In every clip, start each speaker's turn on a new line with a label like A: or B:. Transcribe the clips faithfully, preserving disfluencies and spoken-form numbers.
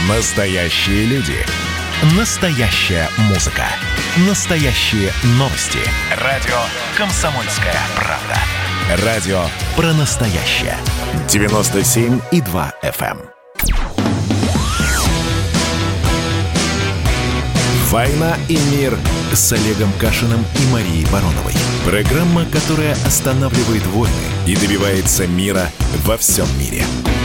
A: Настоящие люди. Настоящая музыка. Настоящие новости. Радио «Комсомольская правда». Радио про настоящее. девяносто семь и два эф эм. «Война и мир» с Олегом Кашиным и Марией Бароновой. Программа, которая останавливает войны и добивается мира во всем мире.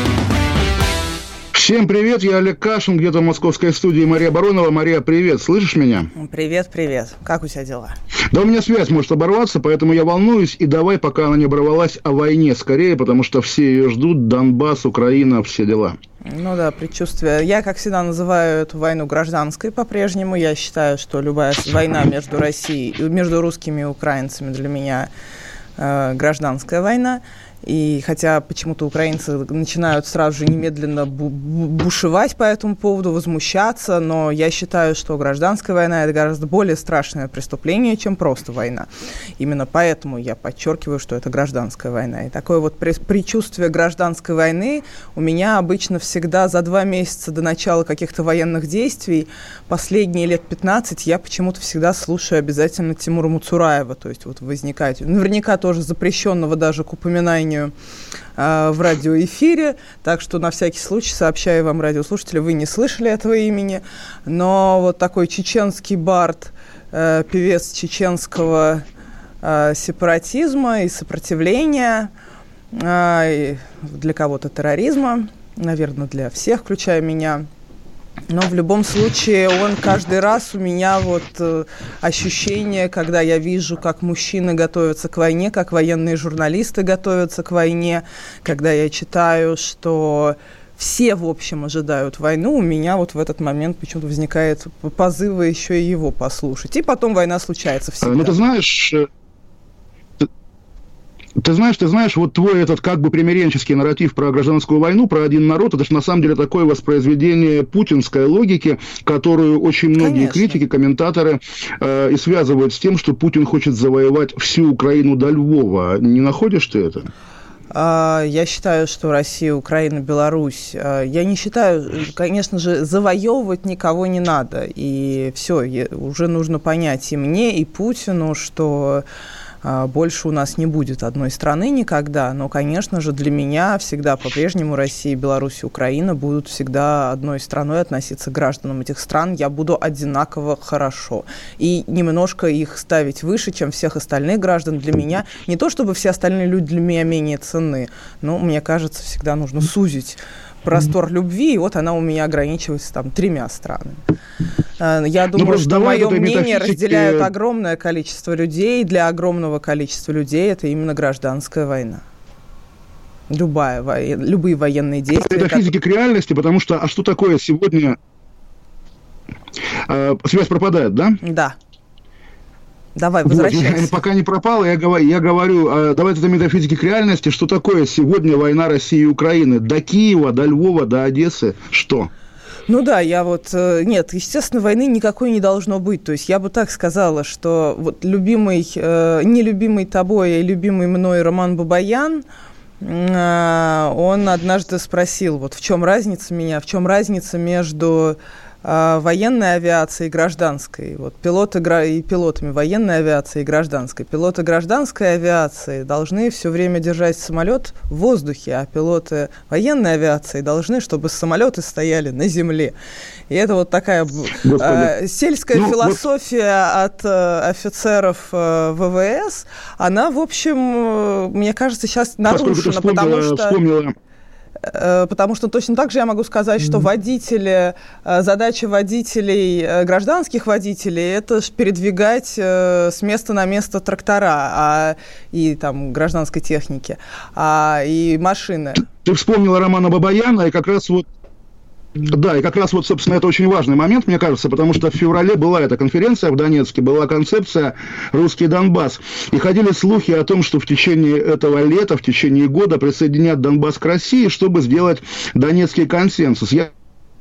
B: Всем привет, я Олег Кашин, где-то в московской студии Мария Баронова. Мария, привет, слышишь меня?
C: Привет, привет. Как у тебя дела?
B: Да у меня связь может оборваться, поэтому я волнуюсь. И давай, пока она не оборвалась, о войне скорее, потому что все ее ждут. Донбасс, Украина, все дела.
C: Ну да, предчувствие. Я, как всегда, называю эту войну гражданской по-прежнему. Я считаю, что любая война между Россией, между русскими и украинцами для меня э, гражданская война. И хотя почему-то украинцы начинают сразу же немедленно бушевать по этому поводу, возмущаться, но я считаю, что гражданская война – это гораздо более страшное преступление, чем просто война. Именно поэтому я подчеркиваю, что это гражданская война. И такое вот предчувствие гражданской войны у меня обычно всегда за два месяца до начала каких-то военных действий, последние лет пятнадцать, я почему-то всегда слушаю обязательно Тимура Муцураева, то есть вот возникает, наверняка тоже запрещенного даже к упоминанию в радиоэфире, так что на всякий случай сообщаю вам, радиослушатели, вы не слышали этого имени, но вот такой чеченский бард, э, певец чеченского э, сепаратизма и сопротивления, э, для кого-то терроризма, наверное, для всех, включая меня. Но в любом случае он каждый раз у меня вот э, ощущение, когда я вижу, как мужчины готовятся к войне, как военные журналисты готовятся к войне, когда я читаю, что все, в общем, ожидают войну, у меня вот в этот момент почему-то возникает позывы еще и его послушать. И потом война случается всегда.
B: Ну, ты знаешь... Ты знаешь, ты знаешь, вот твой этот как бы примиренческий нарратив про гражданскую войну, про один народ, это же на самом деле такое воспроизведение путинской логики, которую очень многие Конечно. критики, комментаторы э, и связывают с тем, что Путин хочет завоевать всю Украину до Львова. Не находишь ты это?
C: Я считаю, что Россия, Украина, Беларусь, я не считаю, конечно же, завоевывать никого не надо. И все, уже нужно понять и мне, и Путину, что больше у нас не будет одной страны никогда. Но, конечно же, для меня всегда по-прежнему Россия, Беларусь и Украина будут всегда одной страной относиться к гражданам этих стран. Я буду одинаково хорошо. И немножко их ставить выше, чем всех остальных граждан для меня. Не то, чтобы все остальные люди для меня менее ценны, но, мне кажется, всегда нужно сузить простор любви, и вот она у меня ограничивается там тремя странами. Я думаю, ну, что мое мнение метафизики... разделяют огромное количество людей. Для огромного количества людей это именно гражданская война. Любая, во... Любые военные действия.
B: Это физики как... к реальности, потому что, а что такое сегодня... А, связь пропадает, да?
C: Да. Давай, возвращайся.
B: Вот, пока не пропало, я говорю, я говорю, давай это метафизики к реальности. Что такое сегодня война России и Украины? До Киева, до Львова, до Одессы? Что?
C: Ну да, я вот... Нет, естественно, войны никакой не должно быть. То есть я бы так сказала, что вот любимый, э, нелюбимый тобой и любимый мной Роман Бабаян, э, он однажды спросил, вот в чем разница меня, в чем разница между... военной авиации и гражданской. Вот пилоты и пилотами военной авиации и гражданской. Пилоты гражданской авиации должны все время держать самолет в воздухе, а пилоты военной авиации должны, чтобы самолеты стояли на земле. И это вот такая э, сельская ну, философия вот... от э, офицеров э, вэ вэ эс. Она, в общем, э, мне кажется, сейчас нарушена, потому что... Вспомнила... Потому что точно так же я могу сказать, что водители, задача водителей, гражданских водителей, это передвигать с места на место трактора а, и там, гражданской техники, а, и машины.
B: Ты вспомнила Романа Бабаяна, и как раз вот Да, и как раз вот, собственно, это очень важный момент, мне кажется, потому что в феврале была эта конференция в Донецке, была концепция «Русский Донбасс». И ходили слухи о том, что в течение этого лета, в течение года присоединят Донбасс к России, чтобы сделать Донецкий консенсус. Я...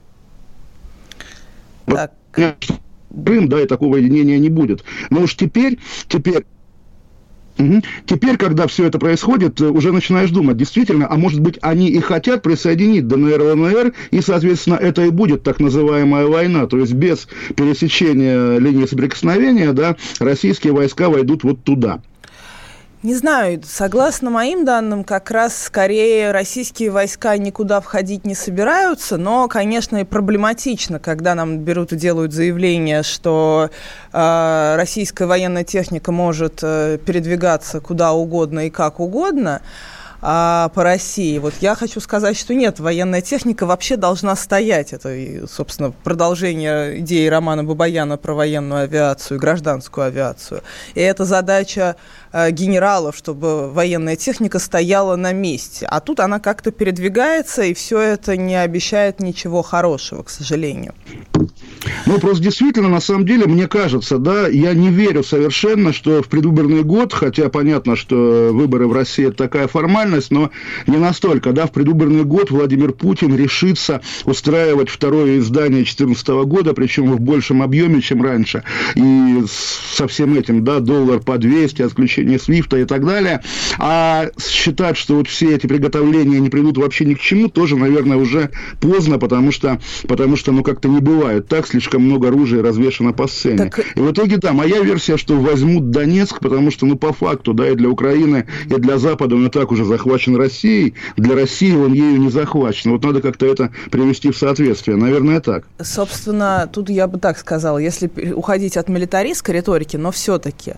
C: Так.
B: Крым, да, и такого единения не будет. Но уж теперь, теперь Угу. Теперь, когда все это происходит, уже начинаешь думать, действительно, а может быть, они и хотят присоединить ДНР, ЛНР, и, соответственно, это и будет так называемая война, то есть без пересечения линии соприкосновения, да, российские войска войдут вот туда.
C: Не знаю, согласно моим данным, как раз скорее российские войска никуда входить не собираются, но, конечно, и проблематично, когда нам берут и делают заявление, что э, российская военная техника может э, передвигаться куда угодно и как угодно а, по России. Вот я хочу сказать, что нет, военная техника вообще должна стоять. Это, собственно, продолжение идеи Романа Бабаяна про военную авиацию и гражданскую авиацию. И это задача э, генералов, чтобы военная техника стояла на месте. А тут она как-то передвигается, и все это не обещает ничего хорошего, к сожалению.
B: Ну, просто действительно, на самом деле, мне кажется, да, я не верю совершенно, что в предвыборный год, хотя понятно, что выборы в России – это такая формальность, но не настолько, да, в предвыборный год Владимир Путин решится устраивать второе издание две тысячи четырнадцатого года, причем в большем объеме, чем раньше, и со всем этим, да, доллар по двести, отключение свифта и так далее, а считать, что вот все эти приготовления не приведут вообще ни к чему, тоже, наверное, уже поздно, потому что, потому что ну, как-то не бывает так, слишком много оружия развешано по сцене. Так... И в итоге, да, моя версия, что возьмут Донецк, потому что, ну, по факту, да, и для Украины, и для Запада он и так уже захвачен Россией, для России он ею не захвачен. Вот надо как-то это привести в соответствие. Наверное, так.
C: Собственно, тут я бы так сказала, если уходить от милитаристской риторики, но все-таки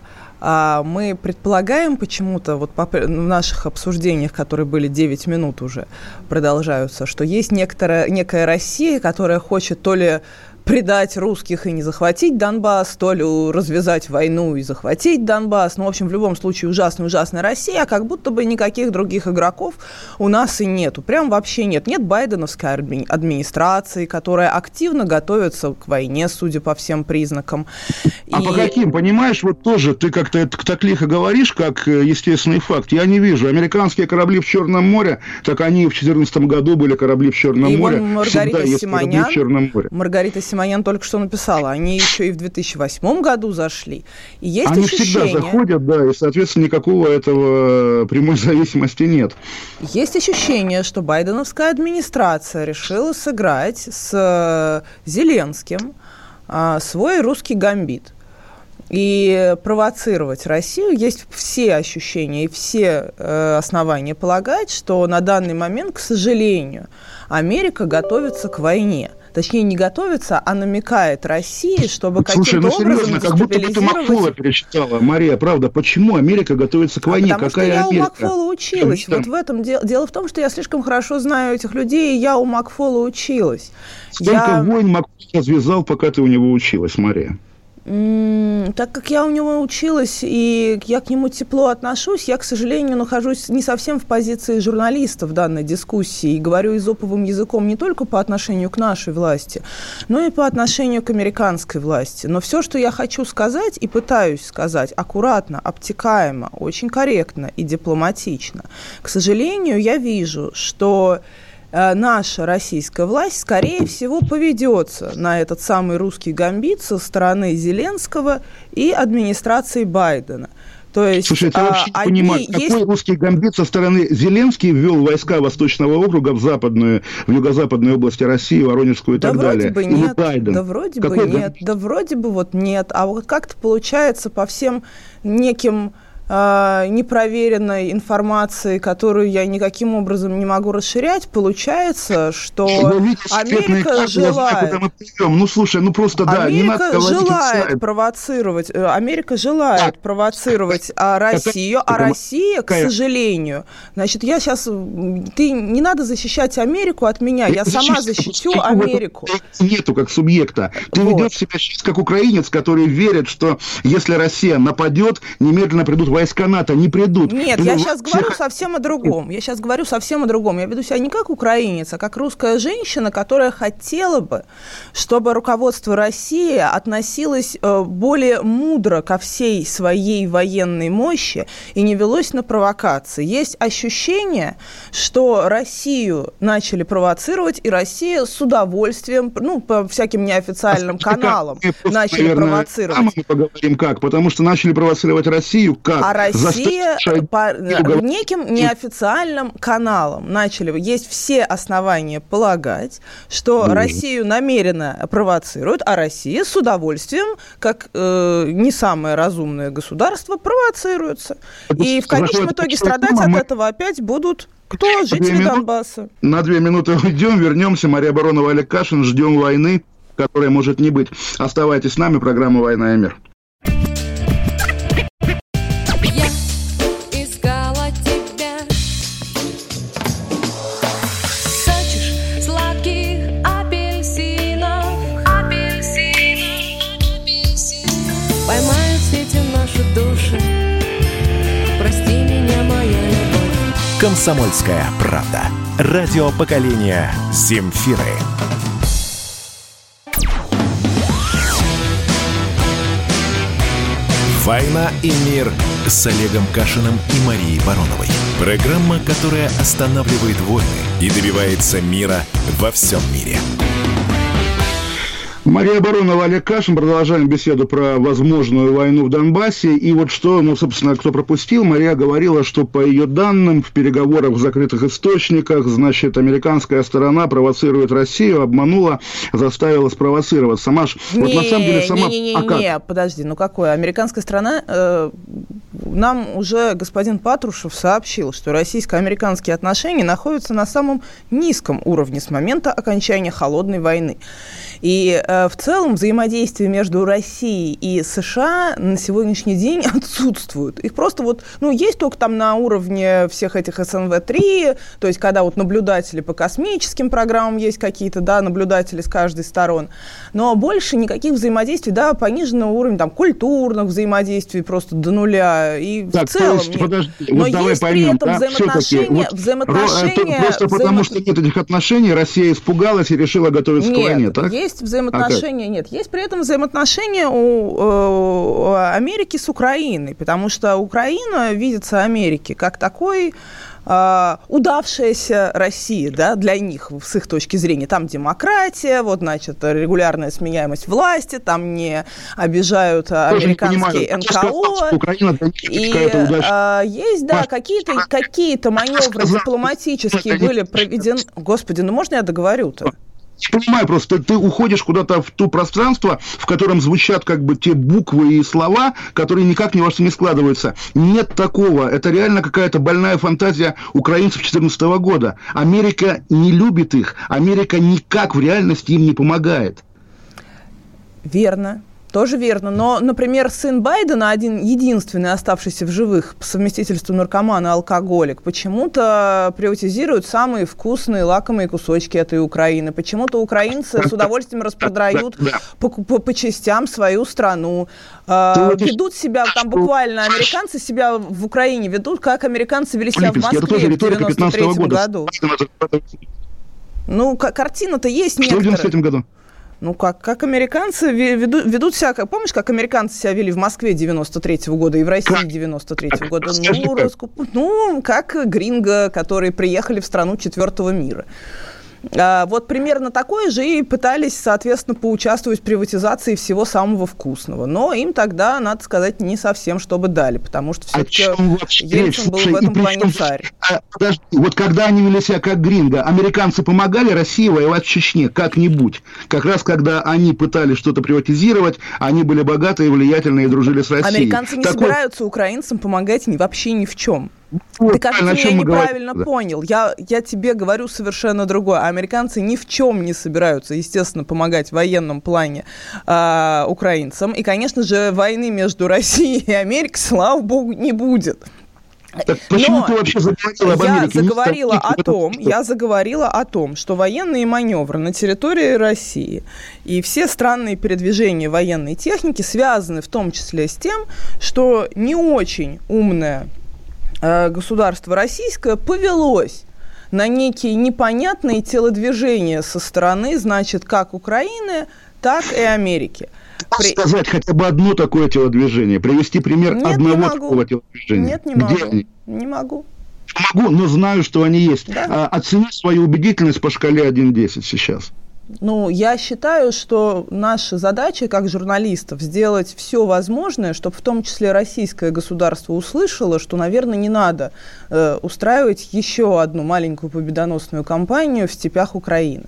C: мы предполагаем почему-то, вот в наших обсуждениях, которые были девять минут уже, продолжаются, что есть некоторая, некая Россия, которая хочет то ли предать русских и не захватить Донбасс, то ли развязать войну и захватить Донбасс. Ну, в общем, в любом случае, ужасная-ужасная Россия, а как будто бы никаких других игроков у нас и нету. Прям вообще нет. Нет байденовской администрации, которая активно готовится к войне, судя по всем признакам.
B: А и... по каким, понимаешь, вот тоже ты как-то это так лихо говоришь, как естественный факт. Я не вижу. Американские корабли в Черном море, так они в две тысячи четырнадцатом году были корабли в Черном
C: и
B: море.
C: Маргарита Симонян, в Черном море. Маргарита Симонян только что написала, они еще и в две тысячи восьмом году зашли. И есть
B: они
C: ощущение...
B: всегда заходят, да, и, соответственно, никакого этого прямой зависимости нет.
C: Есть ощущение, что байденовская администрация решила сыграть с Зеленским свой русский гамбит и провоцировать Россию. Есть все ощущения и все э, основания полагать, что на данный момент, к сожалению, Америка готовится к войне. Точнее, не готовится, а намекает России, чтобы
B: Слушай,
C: каким-то
B: ну,
C: образом
B: серьезно, как будто бы ты Макфола перечитала, Мария, правда, почему Америка готовится к войне?
C: А потому
B: Какая
C: что я
B: Америка?
C: у Макфола училась. Вот в этом дело. Дело в том, что я слишком хорошо знаю этих людей, и я у Макфола училась.
B: Сколько
C: я...
B: войн Макфол развязал, пока ты у него училась, Мария?
C: Так как я у него училась, и я к нему тепло отношусь, я, к сожалению, нахожусь не совсем в позиции журналиста в данной дискуссии и говорю эзоповым языком не только по отношению к нашей власти, но и по отношению к американской власти. Но все, что я хочу сказать и пытаюсь сказать аккуратно, обтекаемо, очень корректно и дипломатично, к сожалению, я вижу, что наша российская власть, скорее всего, поведется на этот самый русский гамбит со стороны Зеленского и администрации Байдена. То есть,
B: слушай, ты вообще не понимаешь, какой есть... русский гамбит со стороны Зеленский ввел войска Восточного округа в западную, в юго-западную область России, Воронежскую и
C: да
B: так далее?
C: Бы нет, да вроде какой бы нет, гамбит? Да вроде бы вот нет. А вот как-то получается по всем неким... непроверенной информации, которую я никаким образом не могу расширять, получается, что Америка желает...
B: Ну, слушай, ну просто, да,
C: Америка
B: не надо
C: желает провоцировать, Америка желает а, провоцировать а, Россию, а Россия, к сожалению, значит, я сейчас... Ты не надо защищать Америку от меня, я сама защищу Америку.
B: Нету как субъекта. Ты вот. Ведешь себя сейчас как украинец, который верит, что если Россия нападет, немедленно придут войска НАТО, не придут.
C: Нет, я сейчас говорю совсем о другом. Я сейчас говорю совсем о другом. Я веду себя не как украинец, а как русская женщина, которая хотела бы, чтобы руководство России относилось более мудро ко всей своей военной мощи и не велось на провокации. Есть ощущение, что Россию начали провоцировать, и Россия с удовольствием, ну, по всяким неофициальным каналам начали
B: наверное,
C: провоцировать.
B: Мы поговорим как, потому что начали провоцировать Россию как?
C: А Россия по неким неофициальным каналам начали, есть все основания полагать, что mm. Россию намеренно провоцируют, а Россия с удовольствием, как э, не самое разумное государство, провоцируется. И в конечном итоге страдать от этого опять будут кто? Жители Донбасса.
B: На две минуты уйдем, вернемся. Мария Баронова, Олег Кашин. Ждем войны, которая может не быть. Оставайтесь с нами. Программа «Война и мир».
A: «Комсомольская правда». Радио поколения Земфиры. «Война и мир» с Олегом Кашиным и Марией Бароновой. Программа, которая останавливает войны и добивается мира во всем мире.
B: Мария Баронова, Олег Кашин. Продолжаем беседу про возможную войну в Донбассе. И вот что, ну, собственно, кто пропустил, Мария говорила, что по ее данным в переговорах в закрытых источниках, значит, американская сторона провоцирует Россию, обманула, заставила спровоцировать. Сама ж,
C: не,
B: вот на самом деле сама...
C: Не, не, не, а не, подожди, ну какое? Американская сторона... Э, нам уже господин Патрушев сообщил, что российско-американские отношения находятся на самом низком уровне с момента окончания холодной войны. И э, в целом взаимодействие между Россией и США на сегодняшний день отсутствует. Их просто вот, ну, есть только там на уровне всех этих эс эн вэ три, то есть когда вот наблюдатели по космическим программам есть какие-то, да, наблюдатели с каждой стороны, но больше никаких взаимодействий, да, пониженного уровня, там, культурных взаимодействий просто до нуля. И
B: так,
C: в целом
B: есть,
C: нет.
B: Подожди,
C: но
B: вот
C: есть
B: давай
C: при
B: поймем,
C: этом
B: да,
C: взаимоотношения...
B: вот,
C: взаимоотношения
B: просто
C: взаимо...
B: потому, что нет этих отношений, Россия испугалась и решила готовиться
C: нет,
B: к войне, так?
C: Есть взаимоотношения, а нет, есть при этом взаимоотношения у, у Америки с Украиной, потому что Украина видится Америке как такой э, удавшаяся Россия, да, для них, с их точки зрения. Там демократия, вот, значит, регулярная сменяемость власти, там не обижают американские эн ка о.
B: Украина
C: и э, есть, да, какие-то, какие-то маневры дипломатические были проведены. Господи, ну можно я договорю-то?
B: Я понимаю, просто ты, ты уходишь куда-то в то пространство, в котором звучат как бы те буквы и слова, которые никак ни во что не складываются. Нет такого. Это реально какая-то больная фантазия украинцев две тысячи четырнадцатого года. Америка не любит их. Америка никак в реальности им не помогает.
C: Верно. Тоже верно. Но, например, сын Байдена, один единственный оставшийся в живых по совместительству наркоман и алкоголик, почему-то приватизируют самые вкусные лакомые кусочки этой Украины. Почему-то украинцы с удовольствием распродают по, по, по частям свою страну. Э, ведут себя, там буквально американцы себя в Украине ведут, как американцы вели себя в Москве в девяносто третьем году. Ну, картина-то есть некоторая.
B: Что в девяносто третьем году?
C: Ну, как, как американцы ведут, ведут себя, как, помнишь, как американцы себя вели в Москве девяносто третьего года и в России девяносто третьего года? Ну, раскуп... ну, как гринго, которые приехали в страну четвертого мира. А, вот примерно такое же и пытались, соответственно, поучаствовать в приватизации всего самого вкусного. Но им тогда, надо сказать, не совсем чтобы дали, потому что все-таки Ельцин был в этом плане царь.
B: Подожди, вот когда они вели себя как гринго, американцы помогали России воевать в Чечне как-нибудь. Как раз когда они пытались что-то приватизировать, они были богатые, влиятельные и дружили с Россией.
C: Американцы не Такой... собираются украинцам помогать ни, вообще ни в чем.
B: Вот,
C: ты, кажется, меня неправильно говорим. понял. Я, я тебе говорю совершенно другое. Американцы ни в чем не собираются, естественно, помогать в военном плане э, украинцам. И, конечно же, войны между Россией и Америкой, слава богу, не будет.
B: Так почему
C: Но
B: ты вообще заговорила об Америке?
C: Я заговорила, о том, я заговорила о том, что военные маневры на территории России и все странные передвижения военной техники связаны в том числе с тем, что не очень умная государство российское повелось на некие непонятные телодвижения со стороны, значит, как Украины, так и Америки.
B: При... сказать хотя бы одно такое телодвижение, привести пример
C: Нет,
B: одного такого телодвижения.
C: Нет, не
B: Где
C: могу.
B: они?
C: Не могу.
B: Могу, но знаю, что они есть.
C: Да?
B: А, оцени свою убедительность по шкале один десять сейчас.
C: Ну, я считаю, что наша задача как журналистов сделать все возможное, чтобы в том числе российское государство услышало, что, наверное, не надо э, устраивать еще одну маленькую победоносную кампанию в степях Украины.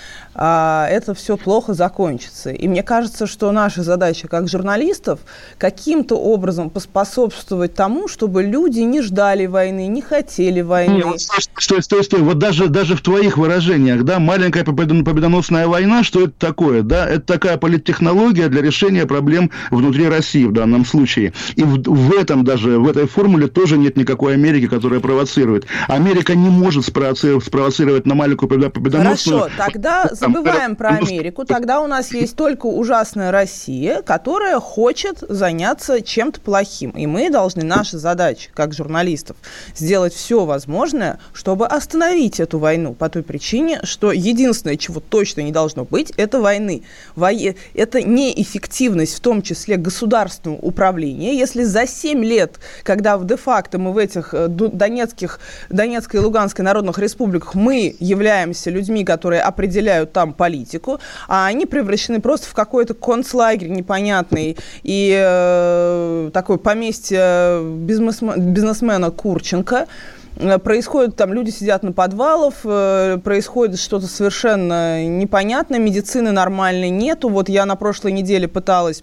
C: А это все плохо закончится. И мне кажется, что наша задача как журналистов каким-то образом поспособствовать тому, чтобы люди не ждали войны, не хотели войны.
B: Нет, стой, стой, стой. Вот даже, даже в твоих выражениях, да, маленькая победоносная война, что это такое? Да, это такая политтехнология для решения проблем внутри России в данном случае. И в, в этом даже, в этой формуле тоже нет никакой Америки, которая провоцирует. Америка не может спровоцировать, спровоцировать на маленькую победоносную...
C: Хорошо, тогда... Забываем про Америку, тогда у нас есть только ужасная Россия, которая хочет заняться чем-то плохим. И мы должны, наша задача, как журналистов, сделать все возможное, чтобы остановить эту войну. По той причине, что единственное, чего точно не должно быть, это войны. Во... Это неэффективность, в том числе государственного управления. Если за семь лет, когда де-факто мы в этих Донецких, Донецкой и Луганской народных республиках, мы являемся людьми, которые определяют там политику, а они превращены просто в какой-то концлагерь непонятный и э, такое поместье бизнесмена, бизнесмена Курченко. Происходит, там люди сидят на подвалах, э, происходит что-то совершенно непонятное, медицины нормальной нету. Вот я на прошлой неделе пыталась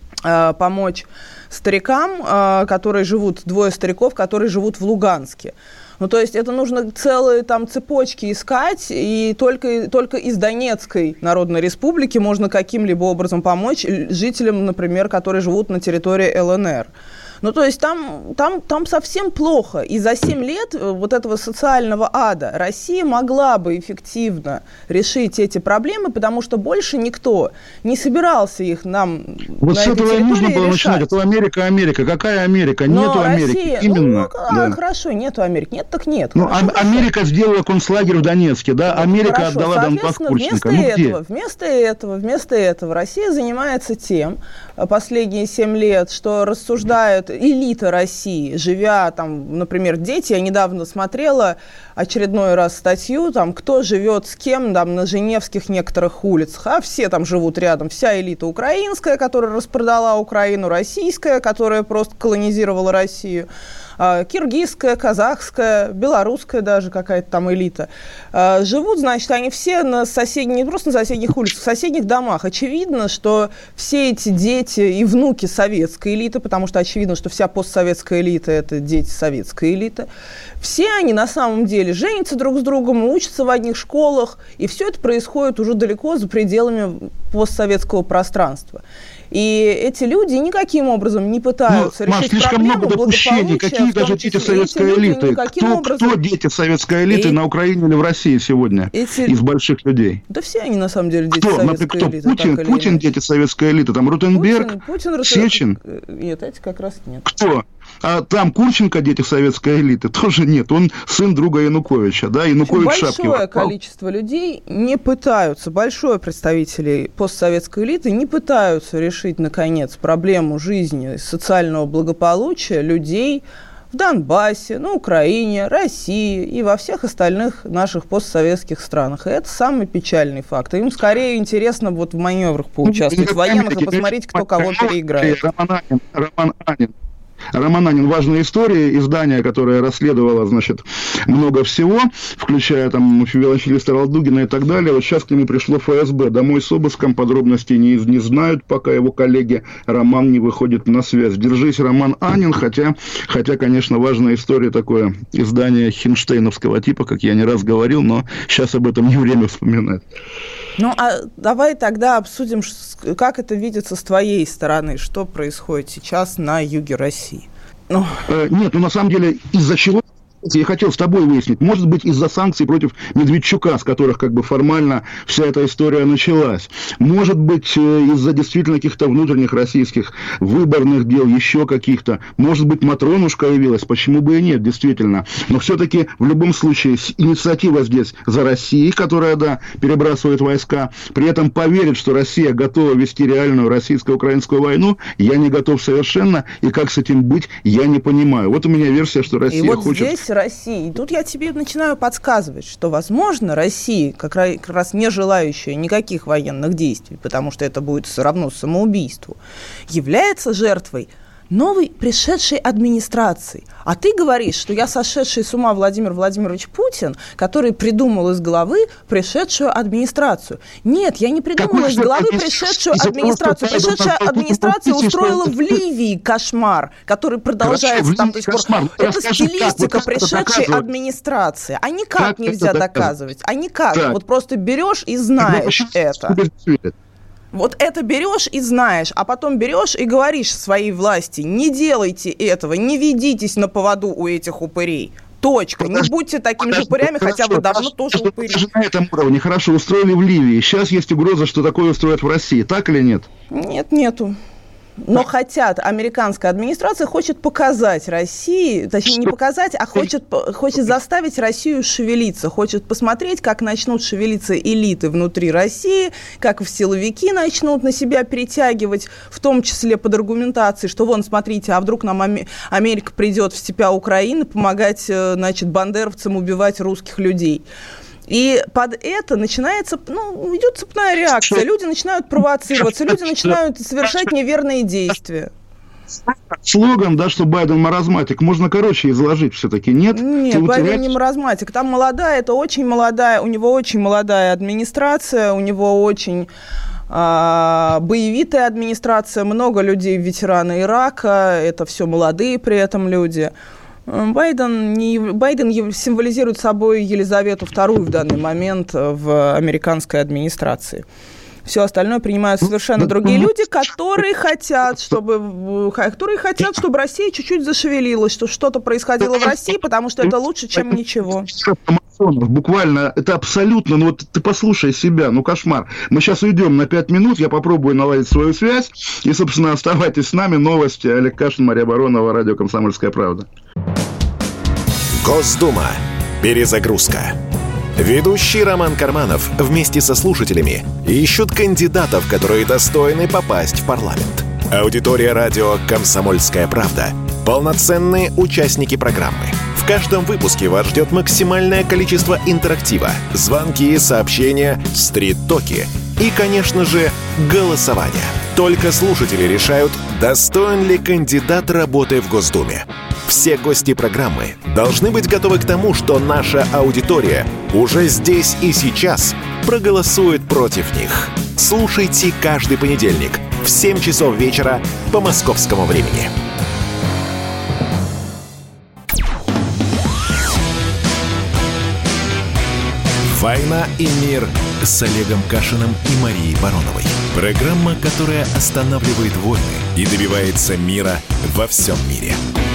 C: э, помочь старикам, э, которые живут, двое стариков, которые живут в Луганске. Ну, то есть это нужно целые там цепочки искать, и только, только из Донецкой Народной Республики можно каким-либо образом помочь жителям, например, которые живут на территории эл эн эр. Ну, то есть там, там, там совсем плохо. И за семь лет вот этого социального ада Россия могла бы эффективно решить эти проблемы, потому что больше никто не собирался их нам
B: вот
C: на
B: с этого и нужно было
C: решать.
B: начинать. Это Америка, Америка. Какая Америка?
C: Но
B: нету
C: Россия...
B: Америки. Именно.
C: Ну,
B: да.
C: а, хорошо, нету Америки. Нет, так нет.
B: Ну,
C: хорошо,
B: а- Америка сделала концлагерь в Донецке, да?
C: Ну,
B: Америка
C: хорошо.
B: отдала Донбасс Курченко.
C: Вместо
B: Ну,
C: этого,
B: где?
C: вместо этого, вместо этого Россия занимается тем, последние семь лет, что рассуждает элита России, живя там, например, дети. Я недавно смотрела очередной раз статью, там, кто живет с кем там, на женевских некоторых улицах, а все там живут рядом. Вся элита украинская, которая распродала Украину, российская, которая просто колонизировала Россию, киргизская, казахская, белорусская даже какая-то там элита. Живут, значит, они все на соседних, не просто на соседних улицах, в соседних домах. Очевидно, что все эти дети и внуки советской элиты, потому что очевидно, что вся постсоветская элита – это дети советской элиты, все они на самом деле женятся друг с другом, учатся в одних школах, и все это происходит уже далеко за пределами постсоветского пространства. И эти люди никаким образом не пытаются
B: ну,
C: решить
B: Маш,
C: проблему
B: много допущений. Какие даже дети советской элиты? Кто, образом... кто дети советской элиты и... на Украине или в России сегодня эти... из больших людей?
C: Да все они на самом деле дети
B: кто?
C: советской
B: кто?
C: элиты.
B: Путин, Путин дети советской элиты, там Ротенберг,
C: Путин, Путин,
B: Сечин?
C: Нет, эти как раз нет.
B: Кто? А там Курченко, дети советской элиты, тоже нет. Он сын друга Януковича, да, Янукович шапки.
C: Большое количество людей не пытаются, большое представителей постсоветской элиты не пытаются решить, наконец, проблему жизни, социального благополучия людей в Донбассе, на Украине, России и во всех остальных наших постсоветских странах. И это самый печальный факт. Им скорее интересно вот в маневрах поучаствовать, в военных, и посмотреть, кто кого переиграет.
B: Роман Анин, Роман Анин. Роман Анин. Важная история, издание, которое расследовало, значит, много всего, включая там велосипедиста Ралдугина и так далее. Вот сейчас к нему пришло эф эс бэ. Домой с обыском, подробностей не, не знают, пока его коллеги. Роман не выходит на связь. Держись, Роман Анин, хотя, хотя, конечно, важная история, такое издание хинштейновского типа, как я не раз говорил, но сейчас об этом не время вспоминать.
C: Ну, а давай тогда обсудим, как это видится с твоей стороны, что происходит сейчас на юге России. Ну...
B: Э, нет, ну на самом деле из-за чего... Я хотел с тобой выяснить, может быть, из-за санкций против Медведчука, с которых как бы формально вся эта история началась. Может быть, из-за действительно каких-то внутренних российских выборных дел, еще каких-то. Может быть, Матронушка явилась, почему бы и нет, действительно. Но все-таки в любом случае инициатива здесь за Россией, которая, да, перебрасывает войска, при этом поверит, что Россия готова вести реальную российско-украинскую войну, я не готов совершенно, и как с этим быть, я не понимаю. Вот у меня версия, что Россия
C: и вот
B: хочет...
C: Здесь России, и тут я тебе начинаю подсказывать, что, возможно, Россия, как раз не желающая никаких военных действий, потому что это будет все равно самоубийству, является жертвой новой пришедшей администрации. А ты говоришь, что я сошедший с ума Владимир Владимирович Путин, который придумал из головы пришедшую администрацию. Нет, я не придумала из головы пришедшую администрацию. Пришедшая администрация устроила в Ливии кошмар, который продолжается там до сих пор. Это стилистика пришедшей администрации. А никак нельзя доказывать. А никак. Вот просто берешь и знаешь это. Вот это берешь и знаешь, а потом берешь и говоришь своей власти: не делайте этого, не ведитесь на поводу у этих упырей. Точка. Подожди, не будьте такими подожди, же упырями, хорошо, хотя бы давно тоже упыри.
B: На этом уровне хорошо устроили в Ливии. Сейчас есть угроза, что такое устроят в России. Так или нет?
C: Нет, нету. Но хотят, американская администрация хочет показать России, точнее не показать, а хочет, хочет заставить Россию шевелиться, хочет посмотреть, как начнут шевелиться элиты внутри России, как силовики начнут на себя перетягивать, в том числе под аргументацией, что вон, смотрите, а вдруг нам Америка придет в степя Украины помогать, значит, бандеровцам убивать русских людей. И под это начинается, ну, идет цепная реакция. Люди начинают провоцироваться, люди начинают совершать неверные действия.
B: Слоган, да, что Байден маразматик, можно короче изложить все-таки, нет?
C: Нет, Байден не маразматик. Там молодая, это очень молодая, у него очень молодая администрация, у него очень а, боевитая администрация, много людей ветераны Ирака, это все молодые при этом люди. Байден, не, Байден символизирует собой Елизавету вторую в данный момент в американской администрации. Все остальное принимают совершенно другие люди, которые хотят, чтобы, которые хотят, чтобы Россия чуть-чуть зашевелилась, что что-то происходило в России, потому что это лучше, чем ничего.
B: Буквально, это абсолютно, ну вот ты послушай себя, ну кошмар. Мы сейчас уйдем на пять минут, я попробую наладить свою связь, и, собственно, оставайтесь с нами. Новости. Олег Кашин, Мария Баронова, радио «Комсомольская правда».
A: Госдума. Перезагрузка. Ведущий Роман Карманов вместе со слушателями ищут кандидатов, которые достойны попасть в парламент. Аудитория радио «Комсомольская правда» — полноценные участники программы. В каждом выпуске вас ждет максимальное количество интерактива, звонки, сообщения, стрит-токи и, конечно же, голосование. Только слушатели решают, достоин ли кандидат работы в Госдуме. Все гости программы должны быть готовы к тому, что наша аудитория уже здесь и сейчас проголосует против них. Слушайте каждый понедельник в семь часов вечера по московскому времени. «Война и мир» с Олегом Кашиным и Марией Бароновой. Программа, которая останавливает войны и добивается мира во всем мире.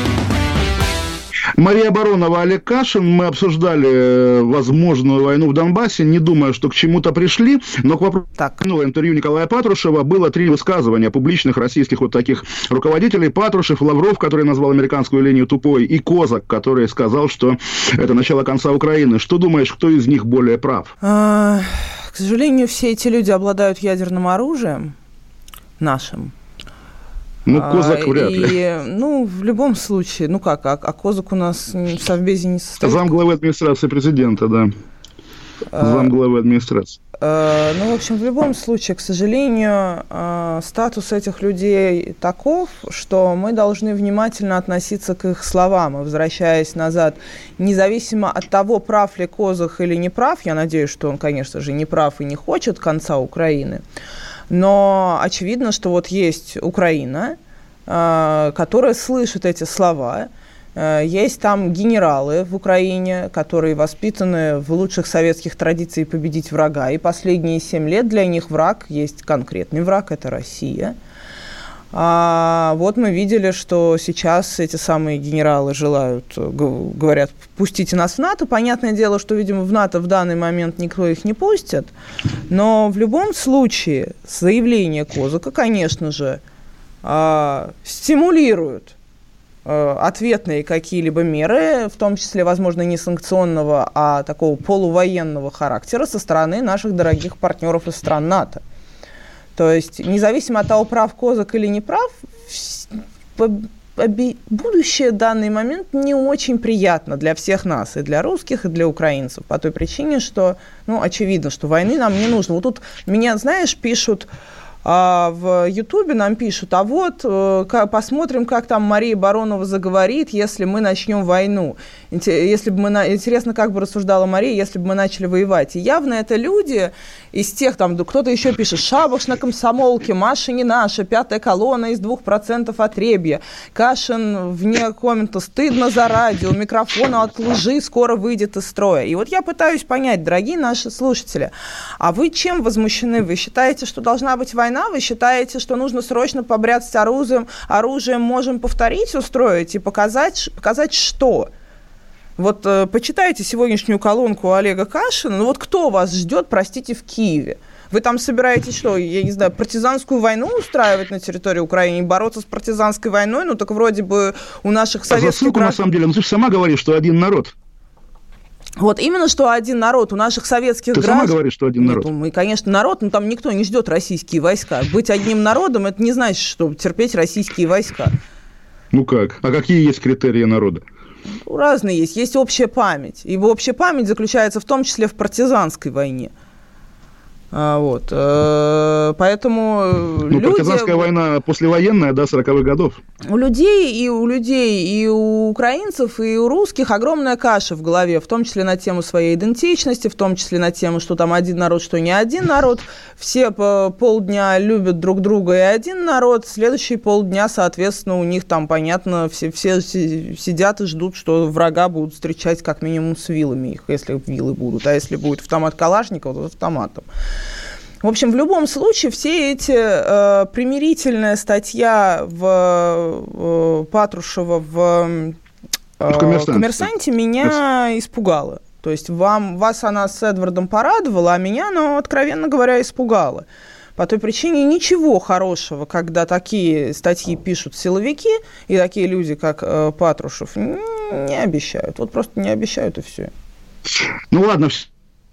B: Мария Баронова, Олег Кашин. Мы обсуждали возможную войну в Донбассе. Не думаю, что к чему-то пришли. Но к вопросу интервью Николая Патрушева было три высказывания публичных российских вот таких руководителей. Патрушев, Лавров, который назвал американскую линию тупой, и Козак, который сказал, что это начало конца Украины. Что думаешь, кто из них более прав?
C: А, к сожалению, все эти люди обладают ядерным оружием нашим.
B: Ну, Козак вряд ли.
C: И, ну, в любом случае, ну как, а, а Козак у нас в Совбезе не состоит?
B: Замглавы администрации президента, да. Замглавы администрации.
C: А, ну, в общем, в любом случае, к сожалению, а, статус этих людей таков, что мы должны внимательно относиться к их словам. И, возвращаясь назад, независимо от того, прав ли Козак или не прав, я надеюсь, что он, конечно же, не прав и не хочет конца Украины, но очевидно, что вот есть Украина, которая слышит эти слова. Есть там генералы в Украине, которые воспитаны в лучших советских традициях победить врага. И последние семь лет для них враг есть конкретный враг – это Россия. А вот мы видели, что сейчас эти самые генералы желают, говорят, пустите нас в НАТО. Понятное дело, что, видимо, в НАТО в данный момент никто их не пустит. Но в любом случае заявление Козака, конечно же, стимулирует ответные какие-либо меры, в том числе, возможно, не санкционного, а такого полувоенного характера со стороны наших дорогих партнеров из стран НАТО. То есть, независимо от того, прав Козак или не прав, будущее в данный момент не очень приятно для всех нас, и для русских, и для украинцев, по той причине, что, ну, очевидно, что войны нам не нужно. Вот тут меня, знаешь, пишут, в Ютубе нам пишут, а вот посмотрим, как там Мария Баронова заговорит, если мы начнем войну. Если бы мы, интересно, как бы рассуждала Мария, если бы мы начали воевать. И явно это люди из тех, там, кто-то еще пишет, Шабаш на комсомолке, Маша не наша, пятая колонна из двух процентов отребья, Кашин вне коммента, стыдно за радио, микрофон от лжи скоро выйдет из строя. И вот я пытаюсь понять, дорогие наши слушатели, а вы чем возмущены? Вы считаете, что должна быть война? Вы считаете, что нужно срочно побряцать оружием, оружием можем повторить, устроить и показать, показать что? Вот э, почитайте сегодняшнюю колонку Олега Кашина. Ну вот кто вас ждет, простите, в Киеве? Вы там собираетесь что, я не знаю, партизанскую войну устраивать на территории Украины, бороться с партизанской войной? Ну так вроде бы у наших советских...
B: За ссылку, граждан... на самом деле, ну ты же сама говоришь, что один народ.
C: Вот именно что один народ у наших советских
B: Ты
C: граждан...
B: Ты сама говоришь, что один народ.
C: Нет, мы, конечно, народ, но там никто не ждет российские войска. Быть одним народом, это не значит, что терпеть российские войска.
B: Ну как? А какие есть критерии народа?
C: Ну, разные есть. Есть общая память. И общая память заключается в том числе в партизанской войне. А, вот. Поэтому
B: ну,
C: люди...
B: партизанская война послевоенная, да, сороковых годов.
C: У людей, и у людей, и у украинцев, и у русских огромная каша в голове, в том числе на тему своей идентичности, в том числе на тему, что там один народ, что не один народ. Все по полдня любят друг друга и один народ, следующие полдня, соответственно, у них там, понятно, все, все сидят и ждут, что врага будут встречать как минимум с вилами их, если вилы будут, а если будет автомат Калашникова, то с автоматом. В общем, в любом случае, все эти э, примирительная статья в э, Патрушева в, э, в «Коммерсанте», «Коммерсанте» меня испугала. То есть вам, вас она с Эдвардом порадовала, а меня она, откровенно говоря, испугала. По той причине ничего хорошего, когда такие статьи пишут силовики и такие люди, как э, Патрушев, не обещают. Вот просто не обещают, и все.
B: Ну ладно, все.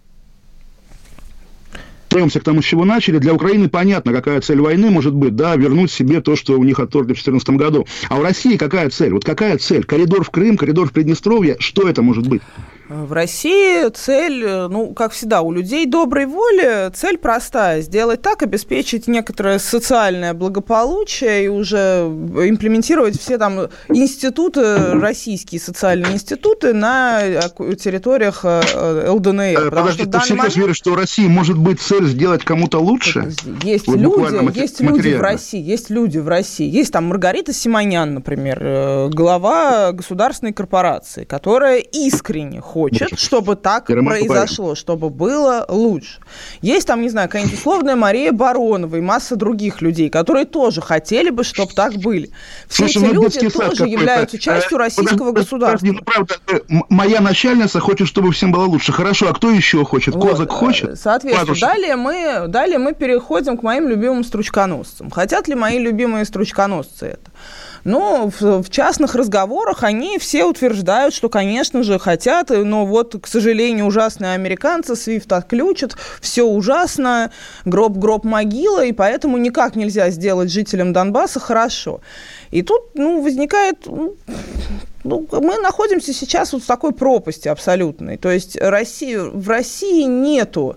B: Вернемся к тому, с чего начали. Для Украины понятно, какая цель войны может быть, да, вернуть себе то, что у них отторгли в две тысячи четырнадцатом году. А у России какая цель? Вот какая цель? Коридор в Крым, коридор в Приднестровье? Что это может быть?
C: В России цель, ну, как всегда, у людей доброй воли цель простая. Сделать так, обеспечить некоторое социальное благополучие и уже имплементировать все там институты, российские социальные институты на территориях эл дэ эн эр.
B: Подожди, ты всерьез момент... веришь, что у России может быть цель сделать кому-то лучше?
C: Есть вот люди, есть люди в России, есть люди в России. Есть там Маргарита Симонян, например, глава государственной корпорации, которая искренне хочет, Хочет, чтобы так произошло, чтобы было лучше. Есть там, не знаю, какая-нибудь условная Мария Баронова и масса других людей, которые тоже хотели бы, чтобы так были. Все Слушай, эти люди тоже являются частью российского подожди, государства.
B: Подожди, ну, правда, моя начальница хочет, чтобы всем было лучше. Хорошо, а кто еще хочет? Вот. Козак хочет?
C: Соответственно, далее мы, далее мы переходим к моим любимым стручконосцам. Хотят ли мои любимые стручконосцы это? Ну, в, в частных разговорах они все утверждают, что, конечно же, хотят, но вот, к сожалению, ужасные американцы, свифт отключат, все ужасно, гроб-гроб могила, и поэтому никак нельзя сделать жителям Донбасса хорошо. И тут, ну, возникает... Ну, мы находимся сейчас вот в такой пропасти абсолютной. То есть России, в России нету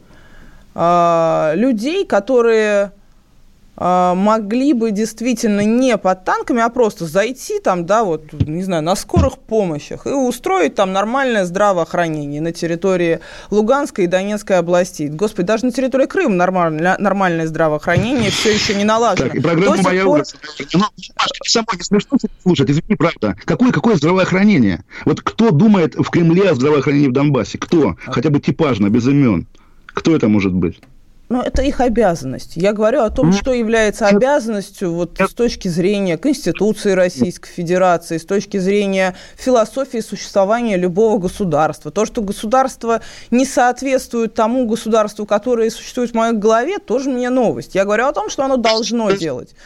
C: э, людей, которые... могли бы действительно не под танками, а просто зайти там, да, вот, не знаю, на скорых помощях и устроить там нормальное здравоохранение на территории Луганской и Донецкой областей. Господи, даже на территории Крыма нормальное, нормальное здравоохранение все еще не налажено.
B: Так, и программа «Моя пор... улица». Ну, самой не смешно слушать, извини, правда. Какое, какое здравоохранение? Вот кто думает в Кремле о здравоохранении в Донбассе? Кто? Хотя бы типажно, без имен. Кто это может быть?
C: Ну, это их обязанность. Я говорю о том, что является обязанностью вот, с точки зрения Конституции Российской Федерации, с точки зрения философии существования любого государства. То, что государство не соответствует тому государству, которое существует в моей голове, тоже мне новость. Я говорю о том, что оно должно делать.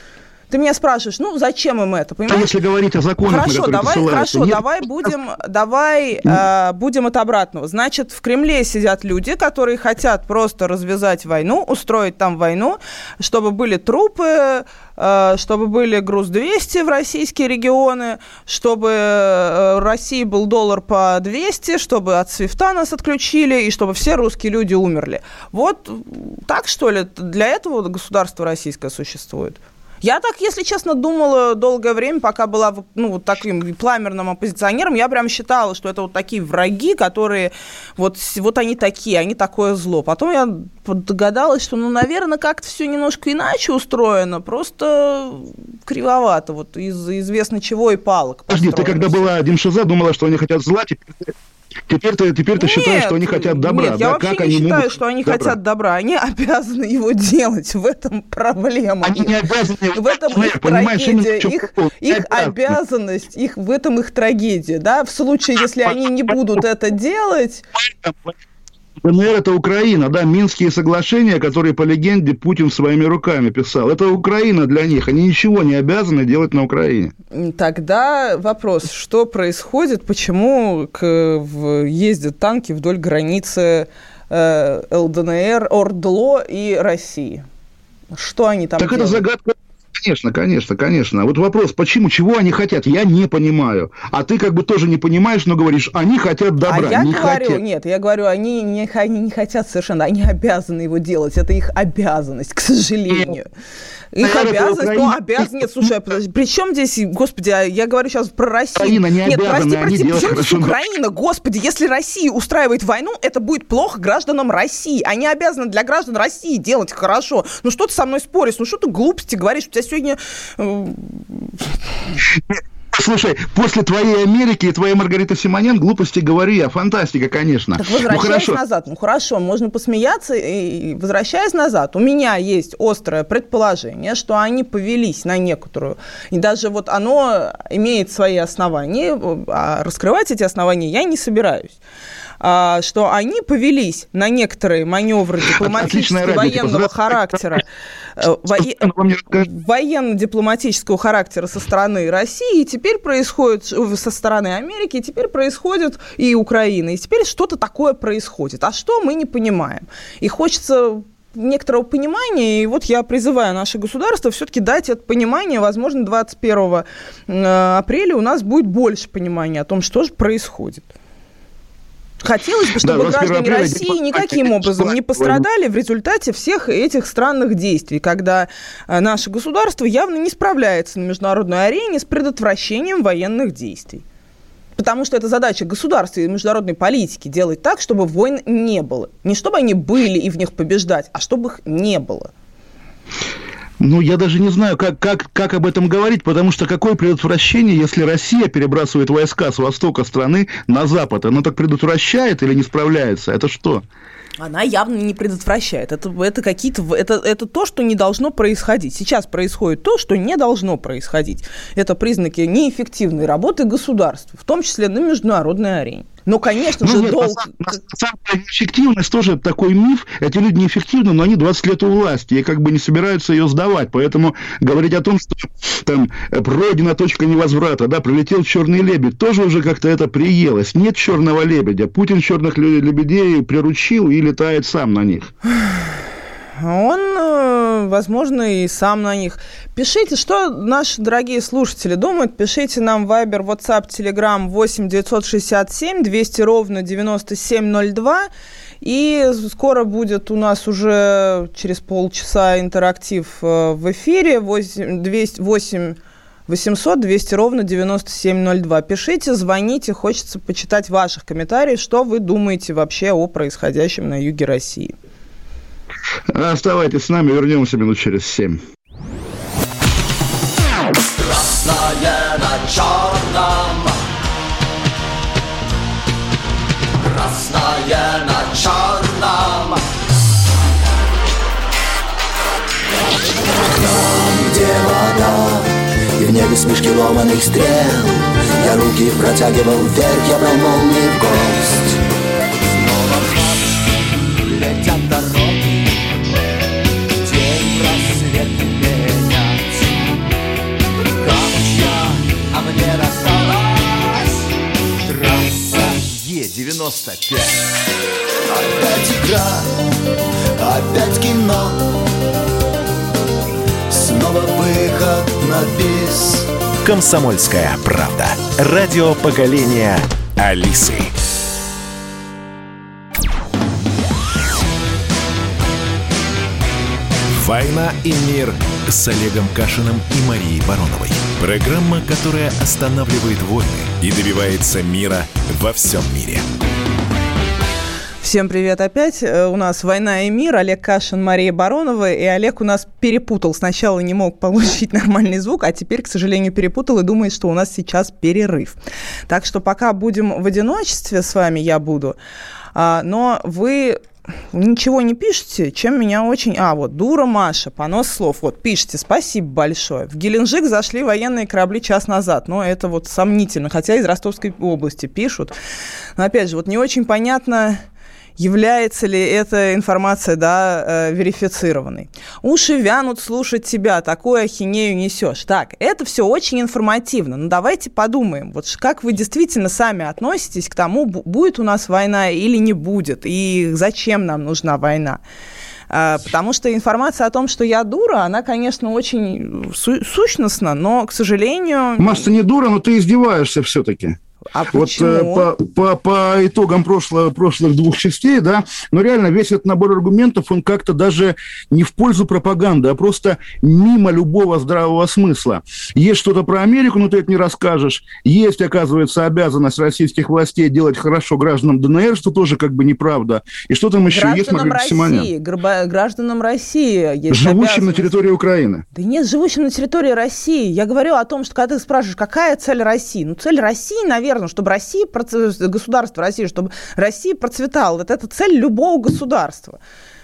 C: Ты меня спрашиваешь, ну, зачем им это, понимаешь?
B: А если говорить о законах,
C: хорошо,
B: на которые
C: давай,
B: ты
C: хорошо,
B: нет...
C: давай будем, давай э, будем от обратного. Значит, в Кремле сидят люди, которые хотят просто развязать войну, устроить там войну, чтобы были трупы, э, чтобы были груз двести в российские регионы, чтобы э, в России был доллар по двести, чтобы от свифта нас отключили, и чтобы все русские люди умерли. Вот так, что ли, для этого государство российское существует? Я так, если честно, думала долгое время, пока была ну, вот таким пламенным оппозиционером, я прям считала, что это вот такие враги, которые вот, вот они такие, они такое зло. Потом я догадалась, что, ну, наверное, как-то все немножко иначе устроено, просто кривовато, вот из-за известно чего и палок.
B: Подожди, ты когда была Демшиза, думала, что они хотят зла, теперь... Теперь ты, теперь ты нет, считаешь, что они хотят добра.
C: Нет,
B: да?
C: я вообще
B: как
C: не
B: они
C: считаю,
B: могут...
C: что они
B: добра.
C: хотят добра. Они обязаны его делать. В этом проблема.
B: Они не обязаны.
C: В этом
B: человек,
C: их трагедия,
B: их,
C: их обязанность, их, в этом их трагедия. Да? В случае, если они не будут это делать...
B: ДНР – это Украина, да, Минские соглашения, которые, по легенде, Путин своими руками писал. Это Украина для них, они ничего не обязаны делать на Украине.
C: Тогда вопрос, что происходит, почему к, в, ездят танки вдоль границы э, ЛДНР, ОРДЛО и России? Что они там
B: так
C: делают?
B: Так это загадка. Конечно, конечно, конечно. Вот вопрос, почему, чего они хотят, я не понимаю. А ты как бы тоже не понимаешь, но говоришь, они хотят добра.
C: А я
B: не
C: говорю,
B: хотят.
C: нет, я говорю, они не, они не хотят совершенно, они обязаны его делать, это их обязанность, к сожалению. Их
B: Наверное,
C: обязанность, ну, обязанность, нет, слушай, подожди, при чем здесь, господи, я говорю сейчас про Россию.
B: Украина не
C: нет,
B: обязана,
C: прости,
B: они
C: прости, при чем здесь
B: хорошо.
C: Украина, господи, если Россия устраивает войну, это будет плохо гражданам России, они обязаны для граждан России делать хорошо. Ну, что ты со мной споришь, ну, что ты глупости говоришь, у тебя сегодня...
B: Слушай, после твоей Америки и твоей Маргариты Симонян глупости говори, а фантастика, конечно.
C: Так возвращаясь
B: ну,
C: назад, ну хорошо, можно посмеяться, и возвращаясь назад, у меня есть острое предположение, что они повелись на некоторую, и даже вот оно имеет свои основания, а раскрывать эти основания я не собираюсь. Что они повелись на некоторые маневры дипломатического военного характера, военно-дипломатического характера со стороны России, и теперь происходит со стороны Америки, и теперь происходит и Украины, и теперь что-то такое происходит. А что, мы не понимаем. И хочется некоторого понимания, и вот я призываю наше государство все-таки дать это понимание, возможно, двадцать первого апреля у нас будет больше понимания о том, что же происходит. Хотелось бы, чтобы да, граждане России никаким образом не пострадали в результате всех этих странных действий, когда наше государство явно не справляется на международной арене с предотвращением военных действий. Потому что это задача государства и международной политики делать так, чтобы войн не было. Не чтобы они были и в них побеждать, а чтобы их не было.
B: Ну, я даже не знаю, как, как, как об этом говорить, потому что какое предотвращение, если Россия перебрасывает войска с востока страны на запад? Она так предотвращает или не справляется? Это что?
C: Она явно не предотвращает. Это, это, какие-то, это, это то, что не должно происходить. Сейчас происходит то, что не должно происходить. Это признаки неэффективной работы государства, в том числе на международной арене. Но, конечно ну, же,
B: нет,
C: долг...
B: На, на самом деле, эффективность тоже такой миф. Эти люди неэффективны, но они двадцать лет у власти и как бы не собираются ее сдавать. Поэтому говорить о том, что там пройдена точка невозврата, да, прилетел черный лебедь, тоже уже как-то это приелось. Нет черного лебедя. Путин черных лебедей приручил и летает сам на них.
C: Он, возможно, и сам на них. Пишите, что наши дорогие слушатели думают. Пишите нам в Viber, WhatsApp, Telegram восемь девятьсот шестьдесят семь двести ровно девяносто семь ноль два. И скоро будет у нас уже через полчаса интерактив в эфире. восемь восемьсот двести ровно девяносто семь ноль два. Пишите, звоните, хочется почитать ваших комментариев, что вы думаете вообще о происходящем на юге России.
B: Оставайтесь с нами, вернемся минут через семь.
D: Красное на черном, красное на черном. Там, где вода, и в небе смешки ломаных стрел, я руки протягивал вверх, я брал молнии в гость. Снова в ночь летят дороги, день рассвет менять.
E: девяносто пять.
D: Опять игра, опять кино, снова выход на бис.
A: «Комсомольская правда». Радио поколения Алисы. «Война и мир» с Олегом Кашиным и Марией Бароновой. Программа, которая останавливает войны и добивается мира во всем мире.
C: Всем привет опять. У нас «Война и мир». Олег Кашин, Мария Баронова. И Олег у нас перепутал. Сначала не мог получить нормальный звук, а теперь, к сожалению, перепутал и думает, что у нас сейчас перерыв. Так что пока будем в одиночестве с вами, я буду. Но вы... ничего не пишете, чем меня очень... А, вот, дура Маша, понос слов. Вот, пишите, спасибо большое. В Геленджик зашли военные корабли час назад. Но это вот сомнительно, хотя из Ростовской области пишут. Но, опять же, вот не очень понятно, является ли эта информация, да, верифицированной. Уши вянут слушать тебя, такую ахинею несешь. Так, это все очень информативно, но давайте подумаем, вот как вы действительно сами относитесь к тому, будет у нас война или не будет, и зачем нам нужна война. Потому что информация о том, что я дура, она, конечно, очень су- сущностна, но, к сожалению...
B: Маш, ты не дура, но ты издеваешься все-таки.
C: А
B: вот э, по, по, по итогам прошлого, прошлых двух частей, да, но реально весь этот набор аргументов, он как-то даже не в пользу пропаганды, а просто мимо любого здравого смысла. Есть что-то про Америку, но ты это не расскажешь. Есть, оказывается, обязанность российских властей делать хорошо гражданам ДНР, что тоже как бы неправда. И что там еще есть, Маргарита Симонян?
C: Гражданам России есть
B: живущим на территории Украины.
C: Да нет, живущим на территории России. Я говорю о том, что когда ты спрашиваешь, какая цель России? Ну, цель России, наверное, чтобы Россия, государство России, чтобы Россия процветала. Вот это цель любого государства.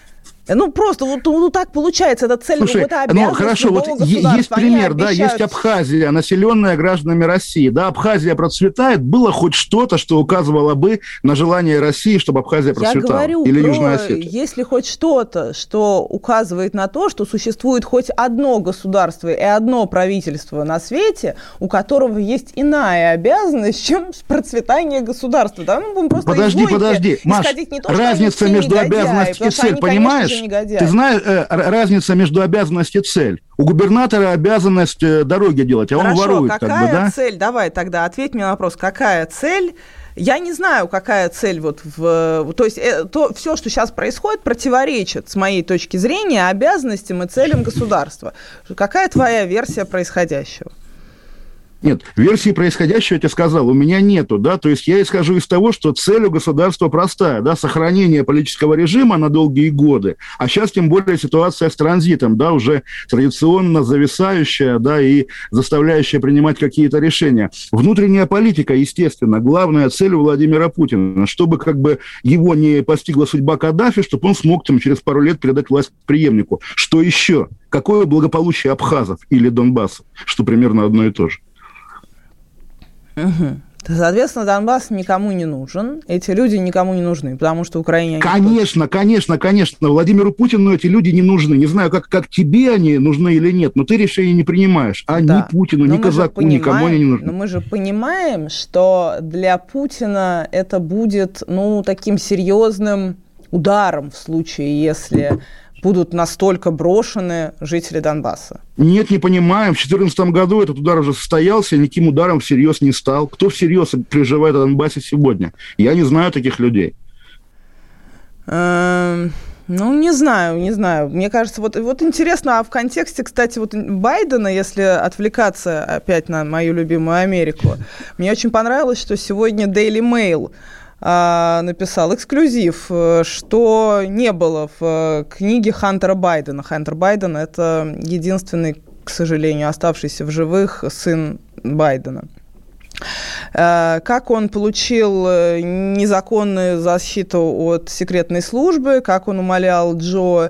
C: Ну, просто вот, вот так получается, это цель,
B: Слушай,
C: это обязанность
B: ну, хорошо,
C: любого
B: вот
C: государства.
B: есть пример,
C: Они
B: да,
C: обещают...
B: есть Абхазия, населенная гражданами России. Да, Абхазия процветает, было хоть что-то, что указывало бы на желание России, чтобы Абхазия процветала?
C: Я говорю,
B: или
C: про,
B: Южная Осетия?
C: Если хоть что-то, что указывает на то, что существует хоть одно государство и одно правительство на свете, у которого есть иная обязанность, чем процветание государства. Да? Мы будем просто
B: подожди, подожди, Маш,
C: то,
B: разница между обязанностью и целью, понимаешь? Ты знаешь, э, разница между обязанностью и целью. У губернатора обязанность э, дороги делать, а
C: Хорошо,
B: он ворует.
C: Какая
B: как бы, да?
C: цель? Давай тогда ответь мне на вопрос. Какая цель? Я не знаю, какая цель вот в... То есть э, то, все, что сейчас происходит, противоречит, с моей точки зрения, обязанностям и целям государства. Какая твоя версия происходящего?
B: Нет, версии происходящего, я тебе сказал, у меня нету, да, то есть я исхожу из того, что цель у государства простая, да, сохранение политического режима на долгие годы, а сейчас тем более ситуация с транзитом, да, уже традиционно зависающая, да, и заставляющая принимать какие-то решения. Внутренняя политика, естественно, главная цель у Владимира Путина, чтобы как бы его не постигла судьба Каддафи, чтобы он смог там через пару лет передать власть преемнику. Что еще? Какое благополучие абхазов или Донбасса? Что примерно одно и то же.
C: Угу. Соответственно, Донбасс никому не нужен, эти люди никому не нужны, потому что Украине...
B: Конечно, конечно, конечно, Владимиру Путину эти люди не нужны. Не знаю, как, как тебе они нужны или нет, но ты решение не принимаешь. А да. ни Путину, но ни казаку, понимаем, никому они не нужны.
C: Но мы же понимаем, что для Путина это будет, ну, таким серьезным ударом в случае, если... будут настолько брошены жители Донбасса?
B: Нет, не понимаем. В две тысячи четырнадцатом году этот удар уже состоялся, никаким ударом всерьез не стал. Кто всерьез переживает о Донбассе сегодня? Я не знаю таких людей.
C: Ну, не знаю, не знаю. Мне кажется, вот, вот интересно, а в контексте, кстати, вот Байдена, если отвлекаться опять на мою любимую Америку, мне очень понравилось, что сегодня Daily Mail написал эксклюзив, что не было в книге Хантера Байдена. Хантер Байден – это единственный, к сожалению, оставшийся в живых сын Байдена. Как он получил незаконную защиту от секретной службы, как он умолял Джо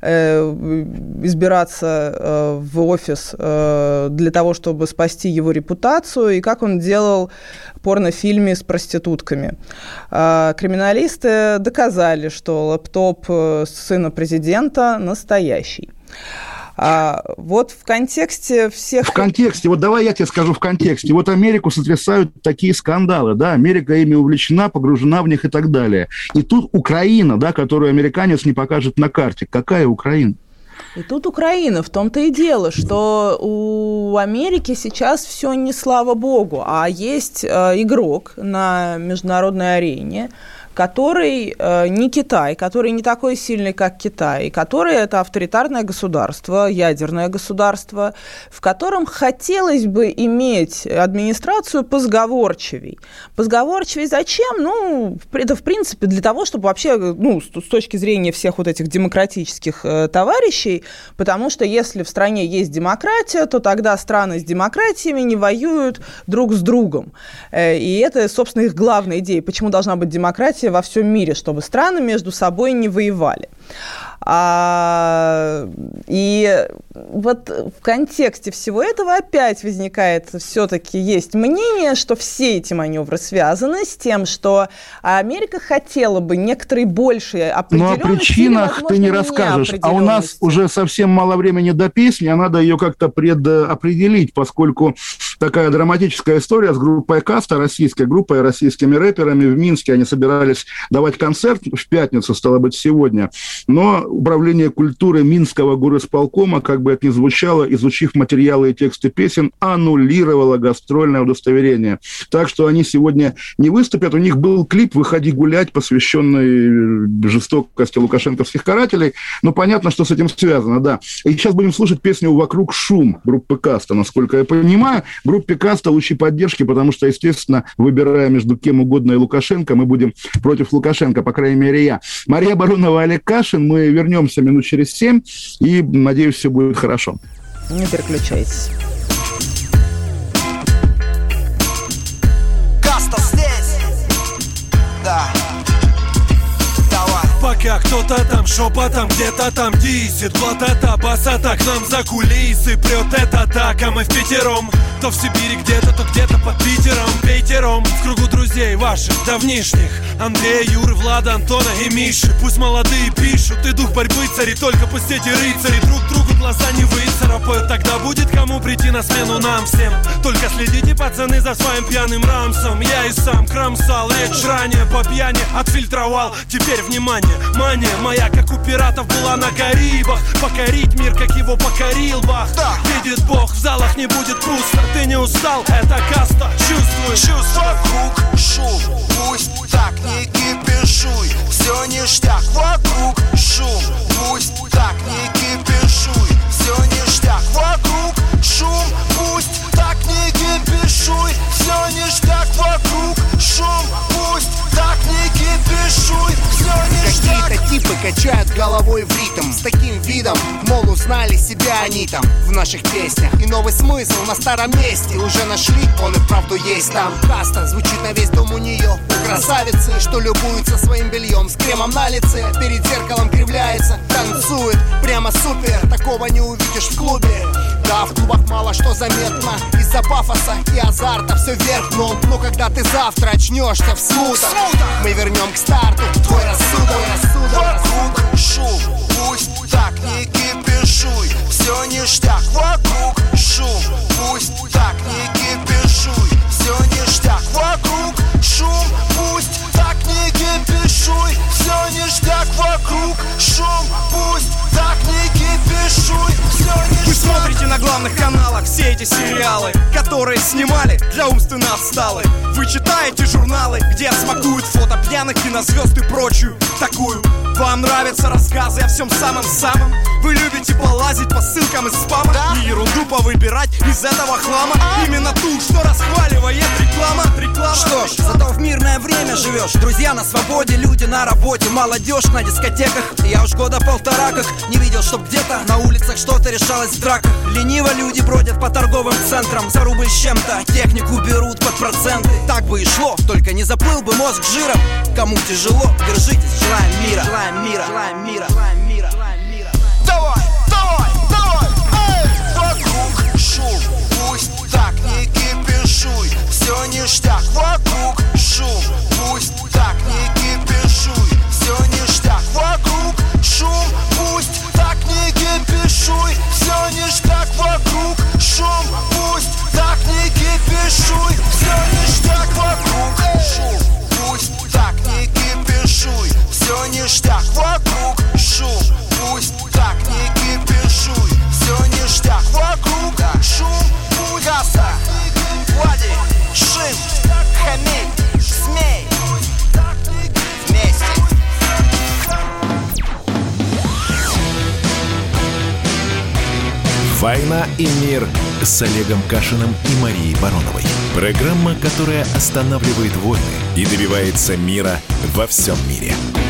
C: избираться в офис для того, чтобы спасти его репутацию, и как он делал порнофильме с проститутками. Криминалисты доказали, что лэптоп сына президента настоящий. А вот в контексте всех...
B: В контексте, вот давай я тебе скажу в контексте. Вот Америку сотрясают такие скандалы, да, Америка ими увлечена, погружена в них и так далее. И тут Украина, да, которую американец не покажет на карте. Какая Украина?
C: И тут Украина, в том-то и дело, что у Америки сейчас все не слава богу, а есть э, игрок на международной арене, который э, не Китай, который не такой сильный, как Китай, который это авторитарное государство, ядерное государство, в котором хотелось бы иметь администрацию позговорчивей. Позговорчивей зачем? Ну, это, в принципе, для того, чтобы вообще, ну, с, с точки зрения всех вот этих демократических э, товарищей, потому что если в стране есть демократия, то тогда страны с демократиями не воюют друг с другом. Э, и это, собственно, их главная идея. Почему должна быть демократия во всем мире, чтобы страны между собой не воевали. А, и вот в контексте всего этого опять возникает, все-таки есть мнение, что все эти маневры связаны с тем, что Америка хотела бы некоторой большей определенности.
B: Но о причинах ты не расскажешь. А у нас уже совсем мало времени до песни, а надо ее как-то предопределить, поскольку такая драматическая история с группой Каста, российской группой, российскими рэперами в Минске. Они собирались давать концерт в пятницу, стало быть, сегодня. Но Управление культуры Минского горисполкома, как бы это ни звучало, изучив материалы и тексты песен, аннулировало гастрольное удостоверение. Так что они сегодня не выступят. У них был клип «Выходи гулять», посвященный жестокости лукашенковских карателей. Но понятно, что с этим связано, да. И сейчас будем слушать песню «Вокруг шум» группы Каста. Насколько я понимаю, группе Каста лучи поддержки, потому что, естественно, выбирая между кем угодно и Лукашенко, мы будем против Лукашенко, по крайней мере, я. Мария Баронова, Олег Кашин. Мы вернемся минут через семь, и, надеюсь, все будет хорошо.
C: Не переключайтесь.
E: Каста здесь. Да. Давай. Пока кто-то там шепотом где-то там дисит, вот это бас-атак нам за кулисы прет это так, а мы в пятером. То в Сибири где-то, то где-то под Питером, Питером. В кругу друзей ваших давнишних: Андрея, Юры, Влада, Антона и Миши. Пусть молодые пишут, и дух борьбы цари, только пусть эти рыцари друг другу глаза не выцарапают. Тогда будет кому прийти на смену нам всем. Только следите, пацаны, за своим пьяным рамсом. Я и сам кромсал речь ранее, по пьяни отфильтровал. Теперь внимание, мания моя, как у пиратов, была на Карибах. Покорить мир, как его покорил Бах. Видит Бог, в залах не будет пусто. Ты не устал, это Каста, чувствуй. Чувствуй. Вокруг шум, пусть так не кипишуй. Все ништяк, вокруг шум, пусть так не кипишуй. Все ништяк, вокруг шум, пусть так не кипишуй. Все ништяк, вокруг шум, пусть так не кипишуй. Все ништяк.
F: Какие-то типы качают головой в ритм с таким видом, мол, узнали себя они там в наших песнях. И новый смысл на старом месте уже нашли, он и вправду есть там. Каста звучит на весь дом у нее. У красавицы, что любуется своим бельем с кремом на лице, перед зеркалом кривляется, танцует прямо супер. Такого не увидишь в клубе. Да, в клубах мало что заметно из-за пафоса и азарта все вверх дном. Но когда ты завтра очнешься в смутах, мы вернем к старту твой рассудок.
E: Вокруг шум, пусть так не кипишуй. Все ништяк, вокруг шум, пусть так не кипишуй. Все ништяк, вокруг шум, пусть так не кипишуй. Все ништяк, вокруг шум, пусть так не кипишуй. Все ништяк. Вы смотрите на главных каналах все эти сериалы, которые снимали для умственно отсталых. Вы читаете журналы, где смакуют фото пьяных кинозвезд и прочую такую. Вам нравятся рассказы о всем самом-самом. Вы любите полазить по ссылкам из спама, да? И ерунду повыбирать из этого хлама, а? Именно ту, что расхваливает реклама. Реклама. Что ж, зато в мирное время живешь. Друзья на свободе, люди на работе, молодежь на дискотеках. Я уж года полтора как не видел, чтоб где-то на улицах что-то решалось в драках. Лениво люди бродят по торговым центрам, за рубль с чем-то технику берут под проценты. Так бы и шло, только не заплыл бы мозг жиром. Кому тяжело, держитесь, желаем мира. Желаем мира, желаем мира, желаем мира, желаем мира. Давай, давай, давай, эй! Вокруг шум, пусть так не кипишуй. Все ништяк, вокруг шум, пусть так не кипишуй. Все ништяк, вокруг шум, пусть так не кипишуй. Все
A: «Война и мир» с Олегом Кашиным и Марией Бароновой. Программа, которая останавливает войны и добивается мира во всем мире.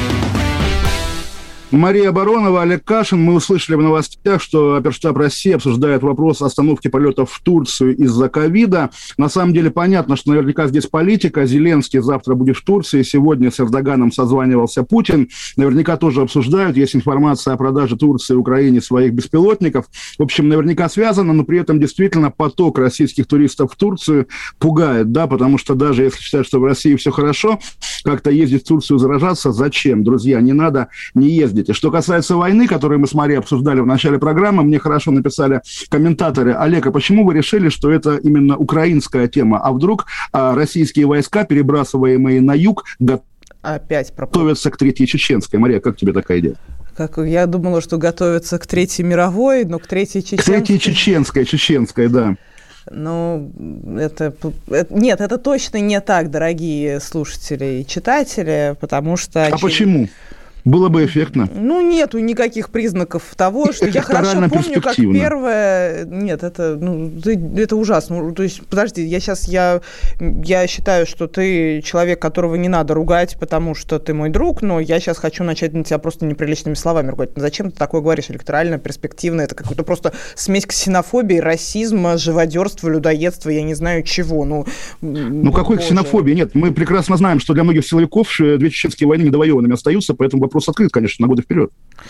B: Мария Баронова, Олег Кашин. Мы услышали в новостях, что Оперштаб России обсуждает вопрос остановки полетов в Турцию из-за ковида. На самом деле понятно, что наверняка здесь политика. Зеленский завтра будет в Турции. Сегодня с Эрдоганом созванивался Путин. Наверняка тоже обсуждают. Есть информация о продаже Турции Украине своих беспилотников. В общем, наверняка связано, но при этом действительно поток российских туристов в Турцию пугает, да, потому что даже если считать, что в России все хорошо, как-то ездить в Турцию заражаться, зачем? Друзья, не надо, не ездить. Что касается войны, которую мы с Марией обсуждали в начале программы, мне хорошо написали комментаторы: Олег, а почему вы решили, что это именно украинская тема? А вдруг а, российские войска, перебрасываемые на юг,
C: опять
B: готовятся к Третьей Чеченской? Мария, как тебе такая идея?
C: Как, я думала, что готовятся к Третьей мировой, но к Третьей Чеченской...
B: К Третьей Чеченской, Чеченской, да.
C: Ну, это, это... Нет, это точно не так, дорогие слушатели и читатели, потому что...
B: А почему? Было бы эффектно.
C: Ну, нету никаких признаков того, что я хорошо помню, как первое... Нет, это, ну, это ужасно. То есть, подожди, я сейчас, я, я считаю, что ты человек, которого не надо ругать, потому что ты мой друг, но я сейчас хочу начать на тебя просто неприличными словами ругать. Зачем ты такое говоришь? Электорально, перспективно. Это какой-то просто смесь ксенофобии, расизма, живодерства, людоедства, я не знаю чего. Ну,
B: ну какой ксенофобии? Нет, мы прекрасно знаем, что для многих силовиков две чеченские войны недовоеванными остаются, поэтому вопрос Вопрос открыт, конечно, на годы вперед.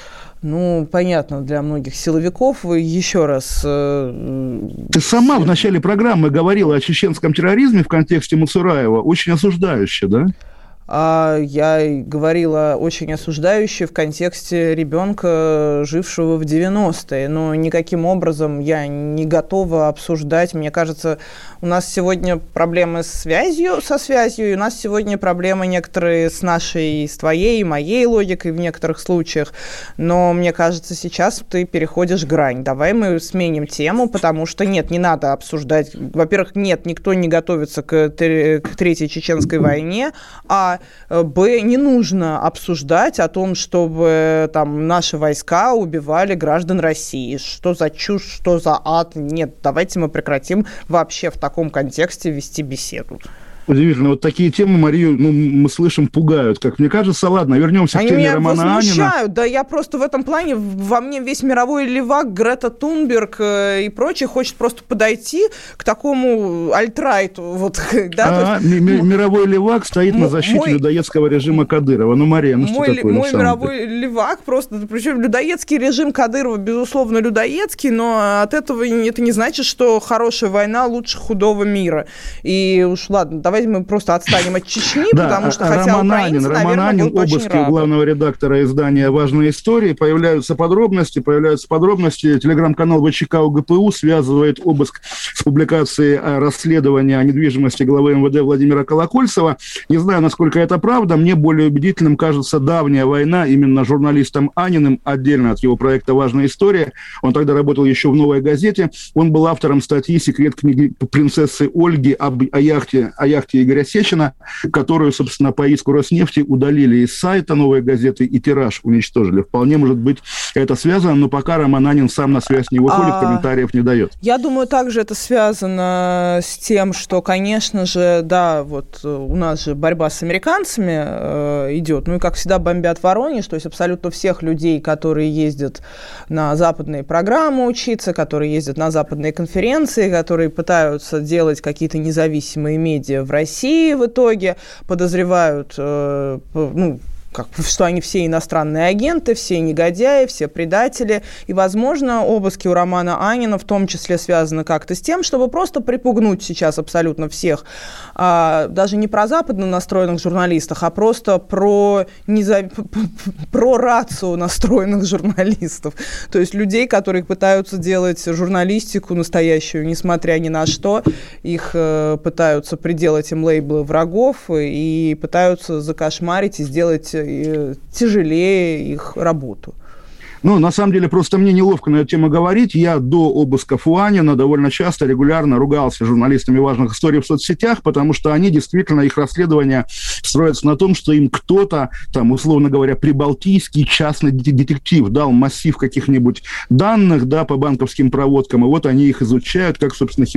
C: Ну, понятно, для многих силовиков. Еще раз... Э...
B: Ты сама в начале программы говорила о чеченском терроризме в контексте Муцураева, очень осуждающе, да?
C: А я говорила очень осуждающе в контексте ребенка, жившего в девяностые, но никаким образом я не готова обсуждать. Мне кажется, у нас сегодня проблемы с связью, со связью, и у нас сегодня проблемы некоторые с нашей, с твоей, моей логикой в некоторых случаях, но мне кажется, сейчас ты переходишь грань. Давай мы сменим тему, потому что нет, не надо обсуждать. Во-первых, нет, никто не готовится к, к Третьей Чеченской войне, а Б, не нужно обсуждать о том, чтобы там наши войска убивали граждан России. Что за чушь, что за ад? Нет, давайте мы прекратим вообще в таком контексте вести беседу.
B: Удивительно, вот такие темы Марию, ну, мы слышим, пугают. Как мне кажется, ладно, вернемся
C: Они
B: к теме
C: меня
B: Романа
C: возмущают.
B: Анина.
C: Да я просто в этом плане, во мне весь мировой левак, Грета Тунберг и прочие хочет просто подойти к такому альтрайту. Вот, да,
B: а, есть... м- мировой левак стоит м- на защите мой... людоедского режима Кадырова. Ну, Мария, ну
C: мой,
B: что такое?
C: Мой мировой левак просто, причем людоедский режим Кадырова, безусловно, людоедский, но от этого это не значит, что хорошая война лучше худого мира. И уж ладно, давайте мы просто отстанем от Чечни, да, потому что хотя
B: Роман
C: украинцы,
B: Анин,
C: наверное,
B: Роман Анин,
C: будут очень
B: обыски
C: рады.
B: Главного редактора издания «Важные истории». Появляются подробности, появляются подробности. Телеграм-канал ВЧК УГПУ связывает обыск с публикацией расследования о недвижимости главы эм вэ дэ Владимира Колокольцева. Не знаю, насколько это правда. Мне более убедительным кажется давняя война именно журналистом Аниным, отдельно от его проекта «Важная история». Он тогда работал еще в «Новой газете». Он был автором статьи «Секрет книги принцессы Ольги» об, о яхте, о яхте Игоря Сечина, которую, собственно, по иску Роснефти удалили из сайта «Новой газеты» и тираж уничтожили. Вполне может быть это связано, но пока Роман Анин сам на связь не выходит, а... комментариев не дает.
C: Я думаю, также это связано с тем, что, конечно же, да, вот у нас же борьба с американцами э, идет, ну и, как всегда, бомбят Воронеж, то есть абсолютно всех людей, которые ездят на западные программы учиться, которые ездят на западные конференции, которые пытаются делать какие-то независимые медиа в России, в итоге подозревают, э, ну, как, что они все иностранные агенты, все негодяи, все предатели. И, возможно, обыски у Романа Анина в том числе связаны как-то с тем, чтобы просто припугнуть сейчас абсолютно всех, а, даже не про западно настроенных журналистов, а просто про, незав... про рацию настроенных журналистов. То есть людей, которые пытаются делать журналистику настоящую, несмотря ни на что. Их э, пытаются приделать им лейблы врагов и пытаются закошмарить и сделать тяжелее их работу.
B: Ну, на самом деле, просто мне неловко на эту тему говорить. Я до обыска Фуанина довольно часто, регулярно ругался с журналистами важных историй в соцсетях, потому что они действительно, их расследования строятся на том, что им кто-то, там, условно говоря, прибалтийский частный детектив дал массив каких-нибудь данных, да, по банковским проводкам, и вот они их изучают, как, собственно,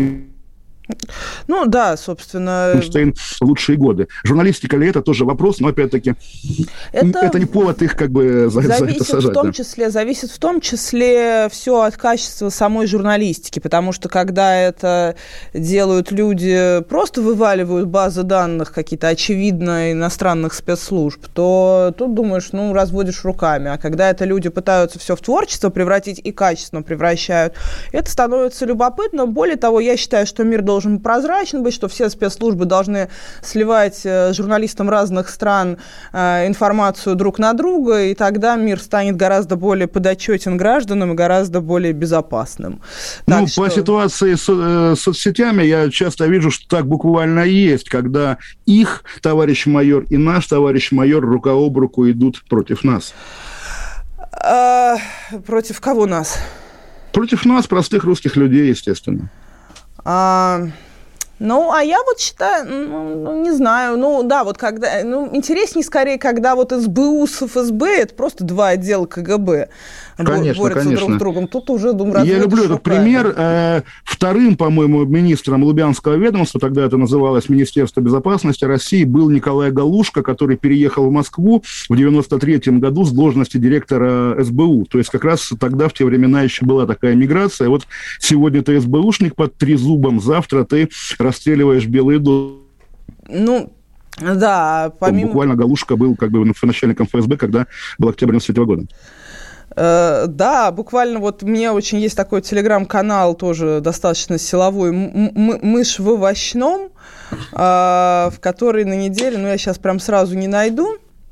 C: Ну да, собственно...
B: Эйнштейн в лучшие годы. Журналистика ли это тоже вопрос, но опять-таки это, это не повод их как бы за, за это сажать.
C: В том
B: да.
C: числе, зависит в том числе все от качества самой журналистики, потому что когда это делают люди, просто вываливают базы данных какие-то очевидно иностранных спецслужб, то тут думаешь, ну, разводишь руками. А когда это люди пытаются все в творчество превратить и качественно превращают, это становится любопытно. Более того, я считаю, что мир должен должен прозрачен быть, что все спецслужбы должны сливать журналистам разных стран информацию друг на друга, и тогда мир станет гораздо более подотчетен гражданам и гораздо более безопасным.
B: Ну,
C: так что...
B: по ситуации с со- соцсетями я часто вижу, что так буквально и есть, когда их товарищ майор и наш товарищ майор рука об руку идут против нас.
C: А, против кого нас?
B: Против нас, простых русских людей, естественно.
C: А, ну, а я вот считаю, ну, не знаю, ну, да, вот когда, ну, интереснее скорее, когда вот СБУ с ФСБ, это просто два отдела КГБ,
B: конечно,
C: борются
B: конечно.
C: друг с другом. Тут уже, думаю,
B: я люблю этот пример. Э, вторым, по-моему, министром Лубянского ведомства, тогда это называлось Министерство безопасности России, был Николай Галушко, который переехал в Москву в девяносто третьем году с должности директора СБУ. То есть как раз тогда, в те времена, еще была такая миграция. Вот сегодня ты СБУшник под трезубом, завтра ты расстреливаешь Белый дом.
C: Ну, да, помимо...
B: Буквально Галушко был как бы начальником ФСБ, когда был октябрь девяносто третьего года.
C: Да, буквально вот у меня очень есть такой телеграм-канал, тоже достаточно силовой, «Мышь в овощном», в который на неделе, ну, я сейчас прям сразу не найду,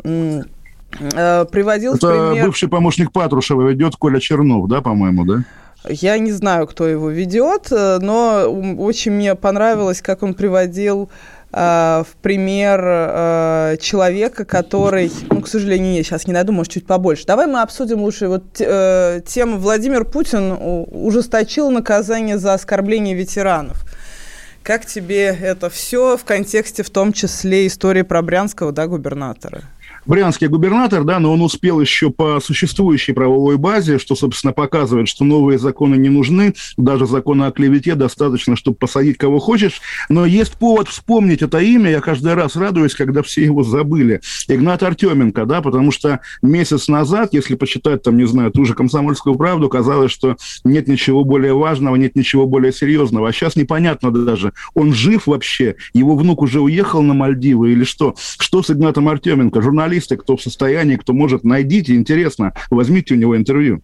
C: приводил в пример...
B: Это бывший помощник Патрушева ведет Коля Чернов, да, по-моему, да?
C: Я не знаю, кто его ведет, но очень мне понравилось, как он приводил в пример человека, который, ну, к сожалению, нет, сейчас не найду, может, чуть побольше. Давай мы обсудим лучше вот тему. Владимир Путин ужесточил наказание за оскорбление ветеранов. Как тебе это все в контексте, в том числе, истории про брянского, да, губернатора?
B: Брянский губернатор, да, но он успел еще по существующей правовой базе, что, собственно, показывает, что новые законы не нужны, даже закона о клевете достаточно, чтобы посадить кого хочешь. Но есть повод вспомнить это имя, я каждый раз радуюсь, когда все его забыли. Игнат Артеменко, да, потому что месяц назад, если почитать, там, не знаю, ту же «Комсомольскую правду», казалось, что нет ничего более важного, нет ничего более серьезного. А сейчас непонятно даже, он жив вообще, его внук уже уехал на Мальдивы или что? Что с Игнатом Артеменко? Журналист, кто в состоянии, кто может, найдите, интересно, возьмите у него интервью.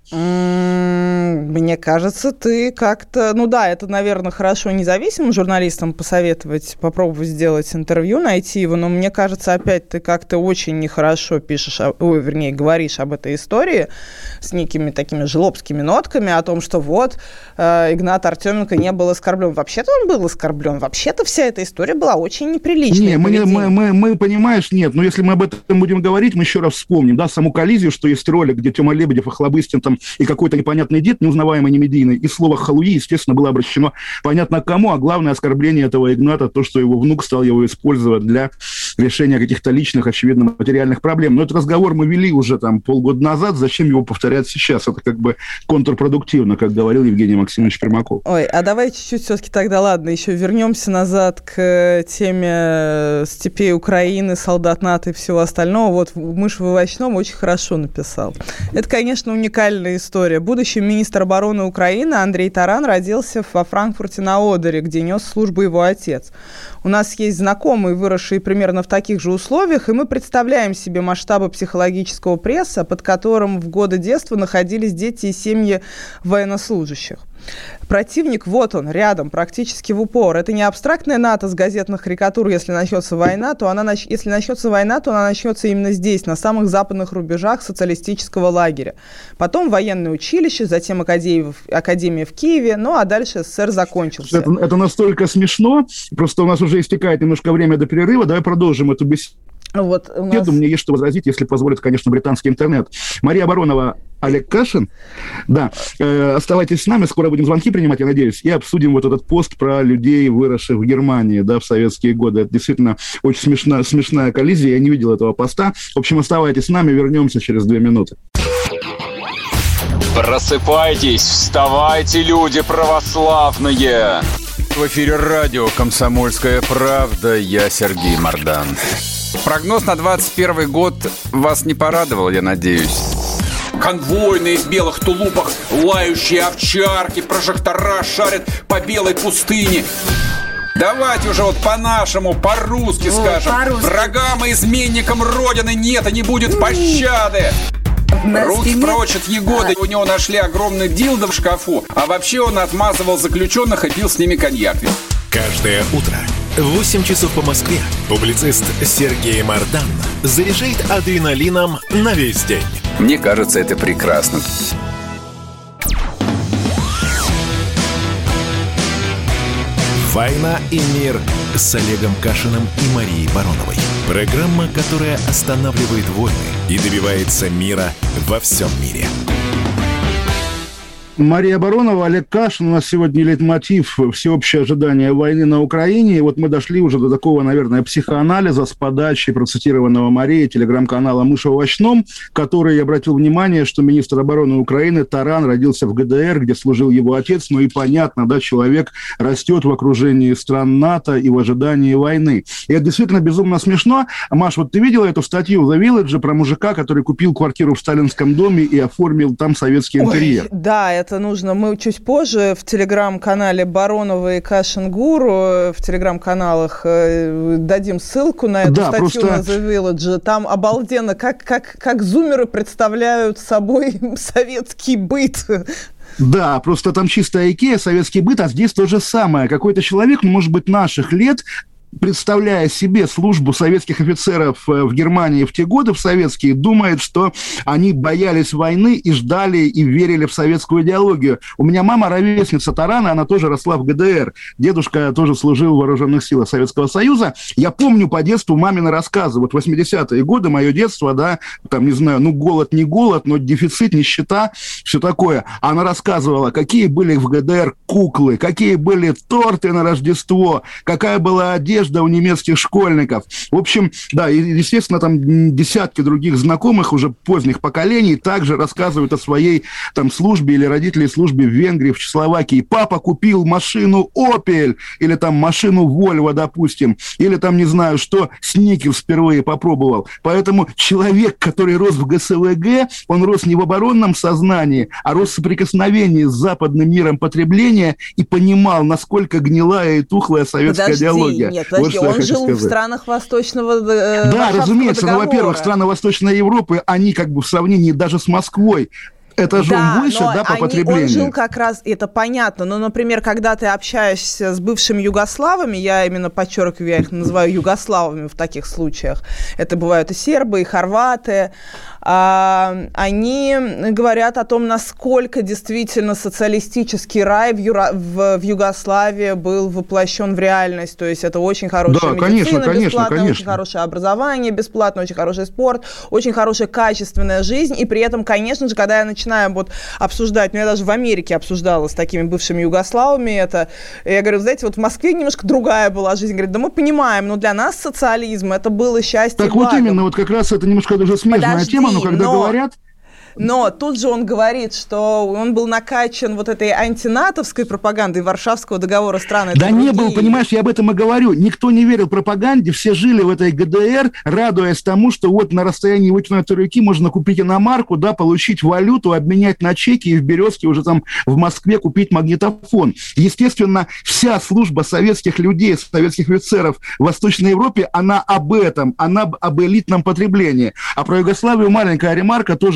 C: Мне кажется, ты как-то... Ну да, это, наверное, хорошо независимым журналистам посоветовать, попробовать сделать интервью, найти его, но мне кажется, опять ты как-то очень нехорошо пишешь, ой, вернее, говоришь об этой истории с некими такими жлобскими нотками о том, что вот э, Игнат Артеменко не был оскорблен. Вообще-то он был оскорблен. Вообще-то вся эта история была очень неприличной.
B: Не, мы, мы, мы, мы, понимаешь, нет, но если мы об этом будем говорить, мы еще раз вспомним, да, саму коллизию, что есть ролик, где Тёма Лебедев, Охлобыстин там и какой-то непонятный дед, неузнаваемый, немедийный, и слово «халуи», естественно, было обращено понятно к кому, а главное оскорбление этого Игната, то, что его внук стал его использовать для решения каких-то личных, очевидно, материальных проблем. Но этот разговор мы вели уже там полгода назад, зачем его повторять сейчас? Это как бы контрпродуктивно, как говорил Евгений Максимович Примаков.
C: Ой, а давай чуть-чуть все-таки тогда, ладно, еще вернемся назад к теме степей Украины, солдат НАТО и всего остального. Вот «Мышь в овощном» очень хорошо написал. Это, конечно, уникальная история. Будущий министр обороны Украины Андрей Таран родился во Франкфурте на Одере, где нес службу его отец. У нас есть знакомые, выросшие примерно в таких же условиях, и мы представляем себе масштабы психологического пресса, под которым в годы детства находились дети и семьи военнослужащих. Противник, вот он, рядом, практически в упор. Это не абстрактная НАТО с газетных карикатур, если начнется война, то она, нач... если начнется война, то она начнется именно здесь, на самых западных рубежах социалистического лагеря. Потом военное училище, затем академия, академия в Киеве, ну а дальше СССР закончился.
B: Это, это настолько смешно, просто у нас уже истекает немножко время до перерыва, давай продолжим эту беседу.
C: Вот у нас...
B: Я думаю, мне есть что возразить, если позволит, конечно, британский интернет. Мария Баронова, Олег Кашин. Да, э, оставайтесь с нами, скоро будем звонки принимать, я надеюсь, и обсудим вот этот пост про людей, выросших в Германии, да, в советские годы. Это действительно очень смешная, смешная коллизия, я не видел этого поста. В общем, оставайтесь с нами, вернемся через две минуты.
G: Просыпайтесь, вставайте, люди православные! В эфире радио «Комсомольская правда», я Сергей Мордан. Прогноз на двадцать первый год вас не порадовал, я надеюсь. Конвойные в белых тулупах, лающие овчарки, прожектора шарят по белой пустыне. Давайте уже вот по-нашему, по-русски О, скажем. По-русски. Врагам и изменникам Родины нет и не будет пощады. Руки прочь от Егоды. У него нашли огромный дилдо в шкафу. А вообще он отмазывал заключенных и пил с ними коньяк.
A: Каждое утро в восемь часов по Москве публицист Сергей Мордан заряжает адреналином на весь день.
G: Мне кажется, это прекрасно.
A: «Война и мир» с Олегом Кашиным и Марией Бароновой. Программа, которая останавливает войны и добивается мира во всем мире.
B: Мария Баронова, Олег Кашин. У нас сегодня лейтмотив «Всеобщее ожидание войны на Украине». И вот мы дошли уже до такого, наверное, психоанализа с подачи процитированного Марией телеграм-канала «Мышь в овощном», который обратил внимание, что министр обороны Украины Таран родился в ГДР, где служил его отец. Ну и понятно, да, человек растет в окружении стран НАТО и в ожидании войны. И это действительно безумно смешно. Маш, вот ты видела эту статью в The Village про мужика, который купил квартиру в сталинском доме и оформил там советский интерьер?
C: Ой, да, это нужно. Мы чуть позже в телеграм-канале Баронова и Кашин-Гуру, в телеграм-каналах дадим ссылку на эту да, статью просто... на The Village. Там обалденно, как, как, как зумеры представляют собой советский быт.
B: Да, просто там чистая Икея, советский быт, а здесь то же самое. Какой-то человек, ну, может быть, наших лет, представляя себе службу советских офицеров в Германии в те годы, в советские, думает, что они боялись войны и ждали и верили в советскую идеологию. У меня мама ровесница Тарана, она тоже росла в ГДР. Дедушка тоже служил в вооруженных силах Советского Союза. Я помню по детству мамины рассказы. Вот восьмидесятые годы, мое детство, да, там, не знаю, ну, голод не голод, но дефицит, нищета, все такое. Она рассказывала, какие были в ГДР куклы, какие были торты на Рождество, какая была одежда у немецких школьников. В общем, да, и, естественно, там десятки других знакомых уже поздних поколений также рассказывают о своей там службе или родителей службе в Венгрии, в Чехословакии. Папа купил машину Opel или там машину Volvo, допустим, или там, не знаю что, Сникерс впервые попробовал. Поэтому человек, который рос в ГСВГ, он рос не в оборонном сознании, а рос в соприкосновении с западным миром потребления и понимал, насколько гнилая и тухлая советская
C: Подожди,
B: идеология.
C: Нет, подожди, вот он жил сказать. в странах Восточного э,
B: Да, разумеется, но, во-первых, страны Восточной Европы, они как бы в сравнении даже с Москвой, этажом да, выше, да, по они, потреблению.
C: Он жил как раз, это понятно, но, например, когда ты общаешься с бывшими югославами, я именно подчеркиваю, я их называю югославами в таких случаях, это бывают и сербы, и хорваты, а, они говорят о том, насколько действительно социалистический рай в, Юра, в, в Югославии был воплощен в реальность, то есть это очень хорошая да, медицина конечно, бесплатная, конечно, очень хорошее образование бесплатное, очень хороший спорт, очень хорошая качественная жизнь, и при этом, конечно же, когда я начинаю начинаем вот обсуждать, ну, я даже в Америке обсуждала с такими бывшими югославами это, я говорю, знаете, вот в Москве немножко другая была жизнь, говорит, да мы понимаем, но для нас социализм, это было счастье
B: так и благо. Вот именно, вот как раз это немножко даже смежная Подожди, тема, но когда но... говорят...
C: Но тут же он говорит, что он был накачан вот этой антинатовской пропагандой Варшавского договора стран.
B: Да не был, понимаешь, я об этом и говорю. Никто не верил пропаганде, все жили в этой ГДР, радуясь тому, что вот на расстоянии вытянутой руки можно купить иномарку, да, получить валюту, обменять на чеки и в Березке уже там в Москве купить магнитофон. Естественно, вся служба советских людей, советских офицеров в Восточной Европе, она об этом, она об элитном потреблении. А про Югославию маленькая ремарка, тоже интересная.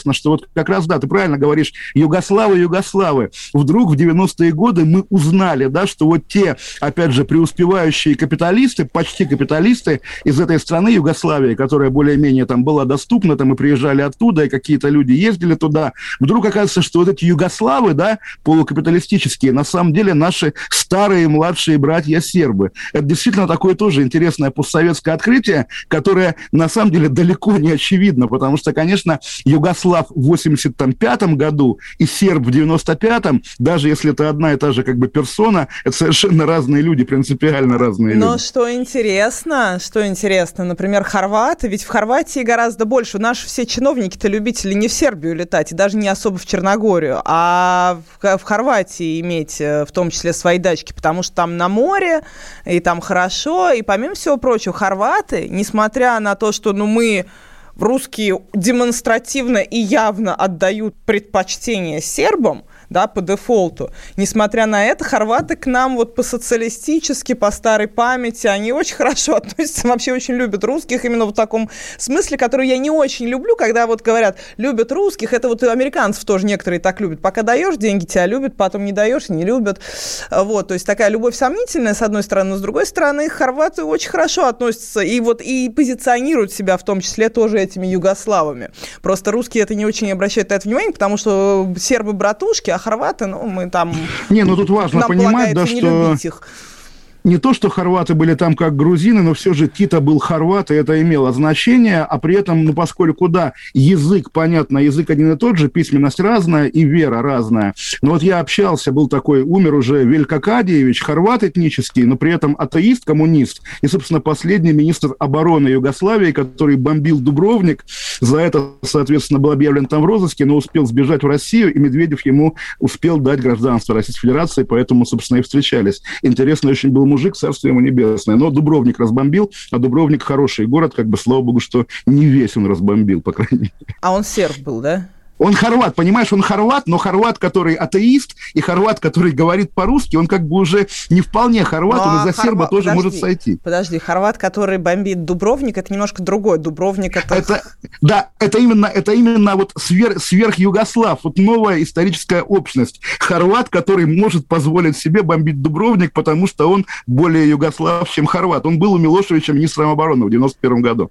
B: интересно, что вот как раз, да, ты правильно говоришь, югославы, югославы. Вдруг в девяностые годы мы узнали, да, что вот те, опять же, преуспевающие капиталисты, почти капиталисты из этой страны Югославии, которая более-менее там была доступна, там и приезжали оттуда, и какие-то люди ездили туда, вдруг оказывается, что вот эти югославы, да, полукапиталистические, на самом деле наши старые младшие братья-сербы. Это действительно такое тоже интересное постсоветское открытие, которое на самом деле далеко не очевидно, потому что, конечно, югослав в восемьдесят пятом году и серб в девяносто пятом, даже если это одна и та же как бы персона, это совершенно разные люди, принципиально разные
C: Но
B: люди.
C: что интересно, что интересно, например, хорваты, ведь в Хорватии гораздо больше. Наши все чиновники-то любители не в Сербию летать, и даже не особо в Черногорию, а в, в Хорватии иметь в том числе свои дачки, потому что там на море, и там хорошо, и помимо всего прочего, хорваты, несмотря на то, что ну, мы... русские демонстративно и явно отдают предпочтение сербам, да, по дефолту. Несмотря на это, хорваты к нам вот по-социалистически, по старой памяти, они очень хорошо относятся, вообще очень любят русских, именно в таком смысле, который я не очень люблю, когда вот говорят, любят русских, это вот и американцев тоже некоторые так любят. Пока даешь деньги, тебя любят, потом не даешь, не любят. Вот, то есть такая любовь сомнительная, с одной стороны, но с другой стороны, хорваты очень хорошо относятся и вот и позиционируют себя в том числе тоже этими югославами. Просто русские это не очень обращают на это внимание, потому что сербы братушки, а хорваты, ну, мы там...
B: Не, ну тут важно
C: нам
B: понимать, да,
C: не
B: что...
C: любить их.
B: Не то, что хорваты были там как грузины, но все же Тита был хорват, и это имело значение, а при этом, ну, поскольку, да, язык, понятно, язык один и тот же, письменность разная и вера разная. Но вот я общался, был такой, умер уже Велько Кадиевич, хорват этнический, но при этом атеист, коммунист, и, собственно, последний министр обороны Югославии, который бомбил Дубровник, за это, соответственно, был объявлен там в розыске, но успел сбежать в Россию, и Медведев ему успел дать гражданство Российской Федерации, поэтому, собственно, и встречались. Интересно очень был мужик, царство ему небесное. Но Дубровник разбомбил, а Дубровник хороший город, как бы, слава богу, что не весь он разбомбил, по крайней мере.
C: А он серб был, да?
B: Он хорват, понимаешь, он хорват, но хорват, который атеист, и хорват, который говорит по-русски, он как бы уже не вполне хорват, ну, он из-за хорва... серба тоже
C: подожди,
B: может сойти.
C: Подожди, хорват, который бомбит Дубровник, это немножко другой. Дубровник это...
B: это... Да, это именно, это именно вот свер... сверхюгослав, вот новая историческая общность. Хорват, который может позволить себе бомбить Дубровник, потому что он более югослав, чем хорват. Он был у Милошевича министром обороны в девяносто первом году.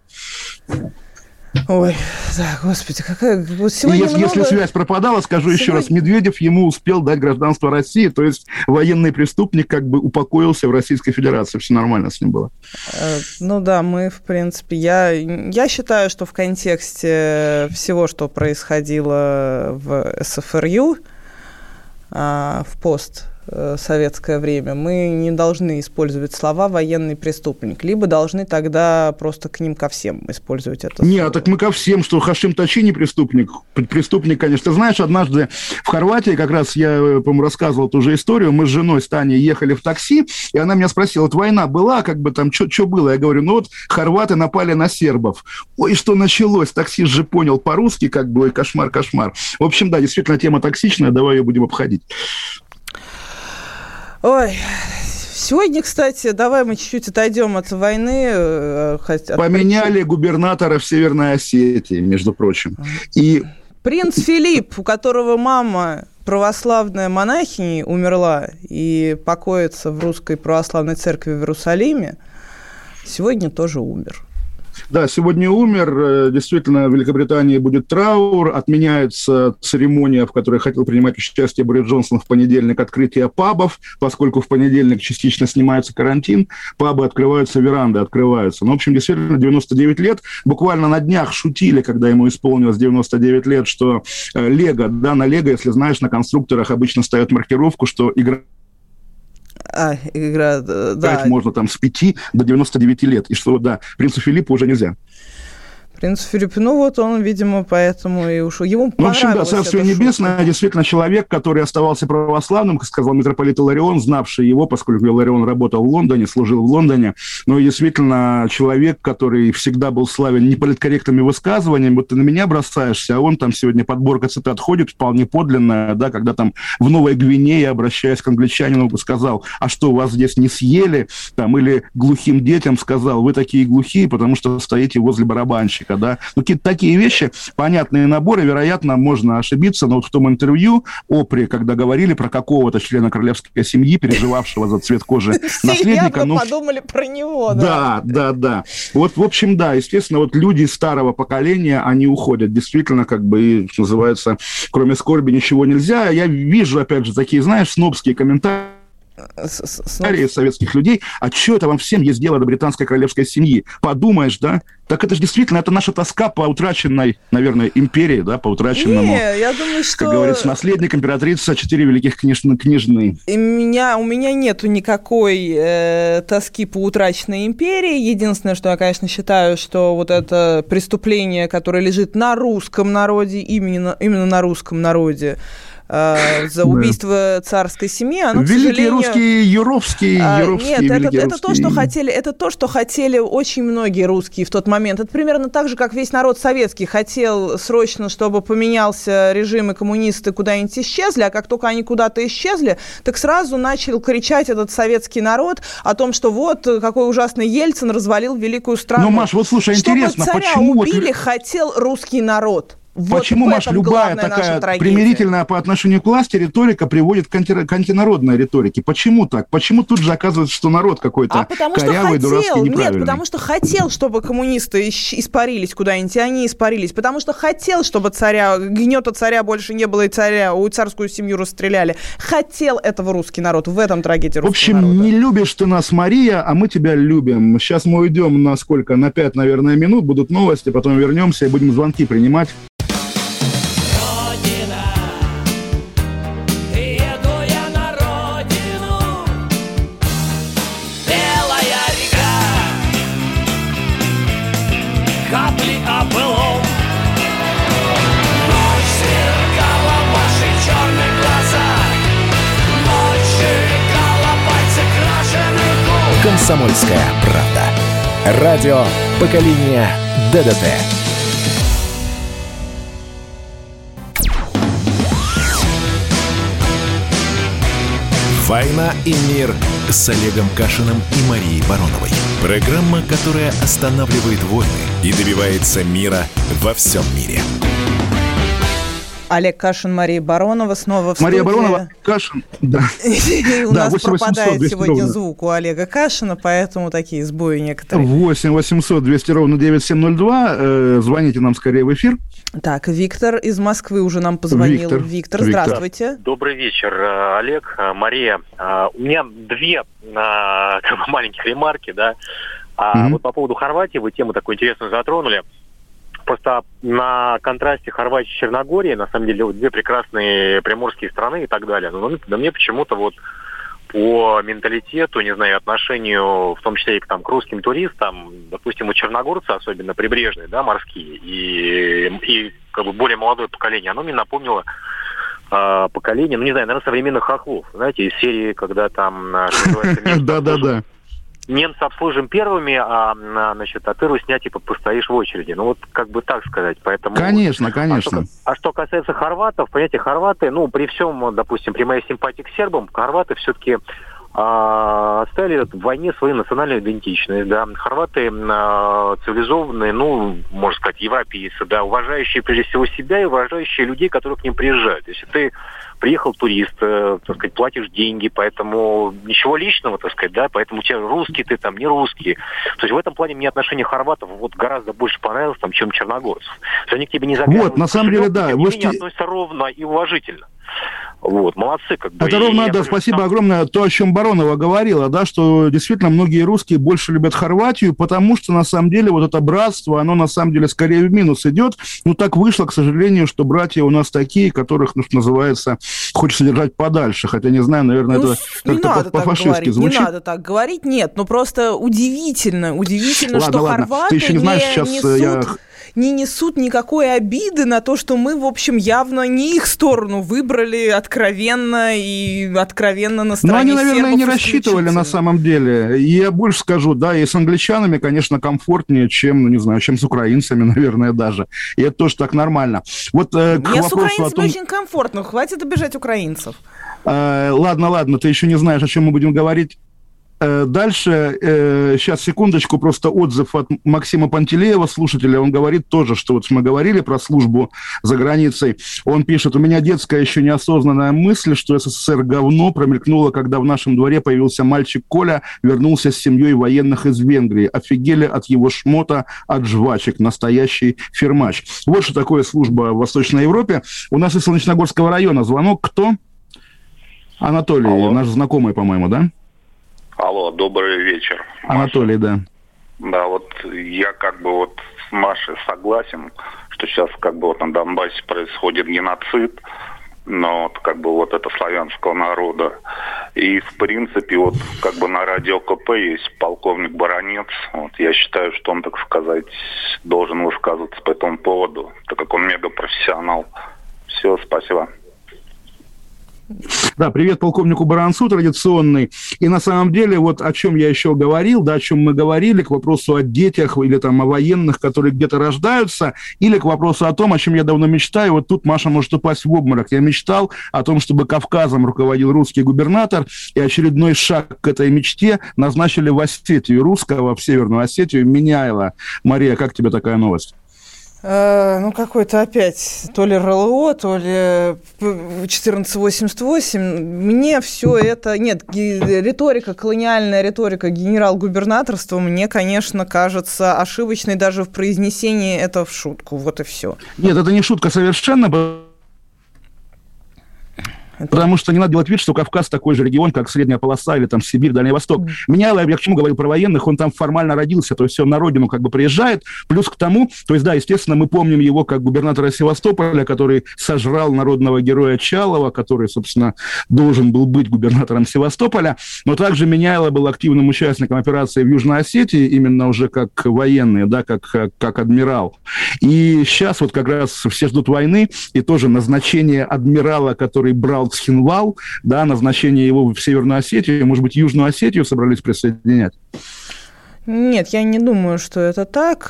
C: Ой, да, господи, какая... Вот сегодня
B: если,
C: много...
B: если связь пропадала, скажу сегодня... еще раз, Медведев ему успел дать гражданство России, то есть военный преступник как бы упокоился в Российской Федерации, все нормально с ним было.
C: Ну да, мы, в принципе, я, я считаю, что в контексте всего, что происходило в СФРЮ, в пост советское время, мы не должны использовать слова «военный преступник», либо должны тогда просто к ним ко всем использовать это слово.
B: Нет, так мы ко всем, что Хашим Тачи не преступник. Преступник, конечно. Ты знаешь, однажды в Хорватии, как раз я, по-моему, рассказывал ту же историю, мы с женой с Таней ехали в такси, и она меня спросила, вот война была, как бы там, что было? Я говорю, ну вот хорваты напали на сербов. Ой, что началось? Таксист же понял по-русски, как бы, ой, кошмар, кошмар. В общем, да, действительно, тема токсичная, давай ее будем обходить.
C: Ой, сегодня, кстати, давай мы чуть-чуть отойдем от войны. От...
B: Поменяли губернатора в Северной Осетии, между прочим. И...
C: Принц Филипп, у которого мама православная монахиня умерла и покоится в Русской Православной Церкви в Иерусалиме, сегодня тоже умер.
B: Да, сегодня умер. Действительно, в Великобритании будет траур. Отменяется церемония, в которой хотел принимать участие Борис Джонсон в понедельник, открытие пабов, поскольку в понедельник частично снимается карантин. Пабы открываются, веранды открываются. Ну, в общем, действительно, девяносто девять лет. Буквально на днях шутили, когда ему исполнилось девяносто девять лет, что Лего, да, на Лего, если знаешь, на конструкторах обычно ставят маркировку, что игра...
C: А, игра, да.
B: Играть можно там с пяти до девяноста девяти лет. И что, да, принцу Филиппу уже нельзя.
C: Принц Филипп, ну вот он, видимо, поэтому и ушел. Ему
B: понравилось. В общем, да, Царствие Небесное, шутка. Действительно, человек, который оставался православным, как сказал митрополит Иларион, знавший его, поскольку Иларион работал в Лондоне, служил в Лондоне, но действительно человек, который всегда был славен неполиткорректными высказываниями. Вот ты на меня бросаешься, а он там сегодня подборка цитат ходит, вполне подлинная, да, когда там в Новой Гвинее, обращаясь к англичанину, сказал, а что, вас здесь не съели? Там, или глухим детям сказал, вы такие глухие, потому что стоите возле барабанщика. Америка, да. Ну, какие-то такие вещи, понятные наборы, вероятно, можно ошибиться, но вот в том интервью Опри, когда говорили про какого-то члена королевской семьи, переживавшего за цвет кожи наследника...
C: Все явно подумали про него, да.
B: Да, да, да. Вот, в общем, да, естественно, вот люди старого поколения, они уходят. Действительно, как бы, и, что называется, кроме скорби ничего нельзя. Я вижу, опять же, такие, знаешь, снобские комментарии советских людей. А что это вам всем есть дело до британской королевской семьи? Подумаешь, да? Так это же действительно, это наша тоска по утраченной, наверное, империи, да, по утраченному,
C: Не, я думаю, что...
B: как говорится, наследник, императрица, четыре великих княжны. княжны.
C: И меня, у меня нету никакой э, тоски по утраченной империи. Единственное, что я, конечно, считаю, что вот это преступление, которое лежит на русском народе, именно, именно на русском народе, за убийство да. царской семьи, оно,
B: великие
C: к сожалению...
B: русские, юровские,
C: а,
B: юровские,
C: Нет, это, это,
B: русские.
C: то, что хотели, это то, что хотели очень многие русские в тот момент. Это примерно так же, как весь народ советский хотел срочно, чтобы поменялся режим, и коммунисты куда-нибудь исчезли, а как только они куда-то исчезли, так сразу начал кричать этот советский народ о том, что вот какой ужасный Ельцин развалил великую страну.
B: Ну, Маш, вот слушай,
C: чтобы
B: интересно,
C: царя
B: почему...
C: убили,
B: вот...
C: хотел русский народ. Вот
B: почему, Маш, любая такая примирительная по отношению к власти риторика приводит к, анти, к антинародной риторике? Почему так? Почему тут же оказывается, что народ какой-то а корявый,
C: хотел,
B: дурацкий, неправильный?
C: Нет, потому что хотел, чтобы коммунисты испарились куда-нибудь, и они испарились. Потому что хотел, чтобы царя, гнета царя больше не было, и царя, у царскую семью расстреляли. Хотел этого русский народ. В этом трагедия русского
B: народа. В общем,
C: народа.
B: Не любишь ты нас, Мария, а мы тебя любим. Сейчас мы уйдем на сколько? На пять, наверное, минут. Будут новости, потом вернемся и будем звонки принимать.
A: «Комсомольская правда». Радио поколения ДДТ. «Война и мир» с Олегом Кашиным и Марией Бароновой. Программа, которая останавливает войны и добивается мира во всем мире.
C: Олег Кашин, Мария Баронова снова в
B: Мария
C: студии.
B: Баронова, Кашин, да.
C: И у нас пропадает сегодня звук у Олега Кашина, поэтому такие сбои некоторые.
B: восемь восемьсот двести ровно девять семь ноль два. Звоните нам скорее в эфир.
C: Так, Виктор из Москвы уже нам позвонил.
B: Виктор,
C: Виктор, здравствуйте.
H: Добрый вечер, Олег, Мария. У меня две маленьких ремарки, да. Mm-hmm. Вот по поводу Хорватии вы тему такую интересную затронули. Просто на контрасте Хорватии и Черногории, на самом деле, вот две прекрасные приморские страны и так далее. Но да мне почему-то вот по менталитету, не знаю, отношению, в том числе и к, там, к русским туристам, допустим, у черногорцы, особенно прибрежные, да, морские, и, и как бы более молодое поколение, оно мне напомнило э, поколение, ну, не знаю, наверное, современных хохлов, знаете, из серии, когда там...
B: Да-да-да.
H: Немцы обслужим первыми, а, значит, а ты, русня, типа, постоишь в очереди. Ну, вот как бы так сказать. Поэтому...
B: Конечно, конечно.
H: А что, а что касается хорватов, понимаете, хорваты, ну, при всем, допустим, при моей симпатии к сербам, хорваты все-таки а, оставили в войне свою национальную идентичность, да. Хорваты а, цивилизованные, ну, можно сказать, европейцы, да, уважающие прежде всего себя и уважающие людей, которые к ним приезжают. Если ты приехал турист, э, так сказать, платишь деньги, поэтому ничего личного, так сказать, да, поэтому у тебя русский ты там, не русский. То есть в этом плане мне отношение хорватов вот гораздо больше понравилось, там, чем черногорцев. То есть они к тебе не заглядывают.
B: Вот, на самом деле, да.
H: Тем не менее, относятся ровно и уважительно. Вот, молодцы, как бы.
B: Это ровно, да, спасибо там... огромное. То, о чем Баронова говорила, да, что действительно многие русские больше любят Хорватию, потому что, на самом деле, вот это братство, оно, на самом деле, скорее в минус идет. Ну, так вышло, к сожалению, что братья у нас такие, которых, ну, что называется, хочется держать подальше. Хотя, не знаю, наверное,
C: ну,
B: это как-то по-фашистски звучит.
C: Не надо так говорить, нет. Ну, просто удивительно, удивительно,
B: ладно,
C: что
B: ладно.
C: хорваты
B: Ты еще не знаешь,
C: не
B: сейчас
C: несут...
B: я...
C: не несут никакой обиды на то, что мы, в общем, явно не их сторону выбрали откровенно и откровенно на стороне сербов.
B: Ну, они, наверное, не рассчитывали на самом деле. И я больше скажу, да, и с англичанами, конечно, комфортнее, чем, ну, не знаю, чем с украинцами, наверное, даже. И это тоже так нормально. Вот э, к
C: Мне
B: вопросу
C: с украинцами
B: о том...
C: очень комфортно, хватит обижать украинцев.
B: Э, ладно, ладно, ты еще не знаешь, о чем мы будем говорить. Дальше, сейчас, секундочку, просто отзыв от Максима Пантелеева, слушателя. Он говорит тоже, что вот мы говорили про службу за границей. Он пишет: у меня детская еще неосознанная мысль, что СССР говно, промелькнула, когда в нашем дворе появился мальчик Коля, вернулся с семьей военных из Венгрии. Офигели от его шмота, от жвачек. Настоящий фермач. Вот что такое служба в Восточной Европе. У нас из Солнечногорского района звонок. Кто? Анатолий, Алло. Наш знакомый, по-моему, да?
I: Алло, добрый вечер.
B: Анатолий, Маша.
I: Да. Да, вот я как бы вот с Машей согласен, что сейчас как бы вот на Донбассе происходит геноцид, но вот как бы вот это славянского народа. И в принципе вот как бы на радио КП есть полковник Баранец. Вот я считаю, что он, так сказать, должен высказываться по этому поводу, так как он мегапрофессионал. Все, спасибо.
B: Да, привет полковнику Баранцу традиционный. И на самом деле, вот о чем я еще говорил, да, о чем мы говорили, к вопросу о детях или там о военных, которые где-то рождаются, или к вопросу о том, о чем я давно мечтаю. Вот тут Маша может упасть в обморок. Я мечтал о том, чтобы Кавказом руководил русский губернатор, и очередной шаг к этой мечте назначили в Осетию русского, в Северную Осетию, Миняйла. Мария, как тебе такая новость?
C: Ну, какой-то опять то ли РЛО, то ли четырнадцать восемьдесят восемь. Мне все это... Нет, риторика, колониальная риторика генерал-губернаторства мне, конечно, кажется ошибочной даже в произнесении это в шутку. Вот и все.
B: Нет, это не шутка совершенно... Потому что не надо делать вид, что Кавказ такой же регион, как Средняя полоса или там Сибирь, Дальний Восток. Mm. Меня, я к чему говорил про военных, он там формально родился, то есть он на родину как бы приезжает. Плюс к тому, то есть да, естественно, мы помним его как губернатора Севастополя, который сожрал народного героя Чалова, который, собственно, должен был быть губернатором Севастополя. Но также Миняйло был активным участником операции в Южной Осетии, именно уже как военный, да, как, как, как адмирал. И сейчас вот как раз все ждут войны, и тоже назначение адмирала, который брал Цхинвал, да, назначение его в Северную Осетию, может быть, Южную Осетию собрались присоединять?
C: Нет, я не думаю, что это так.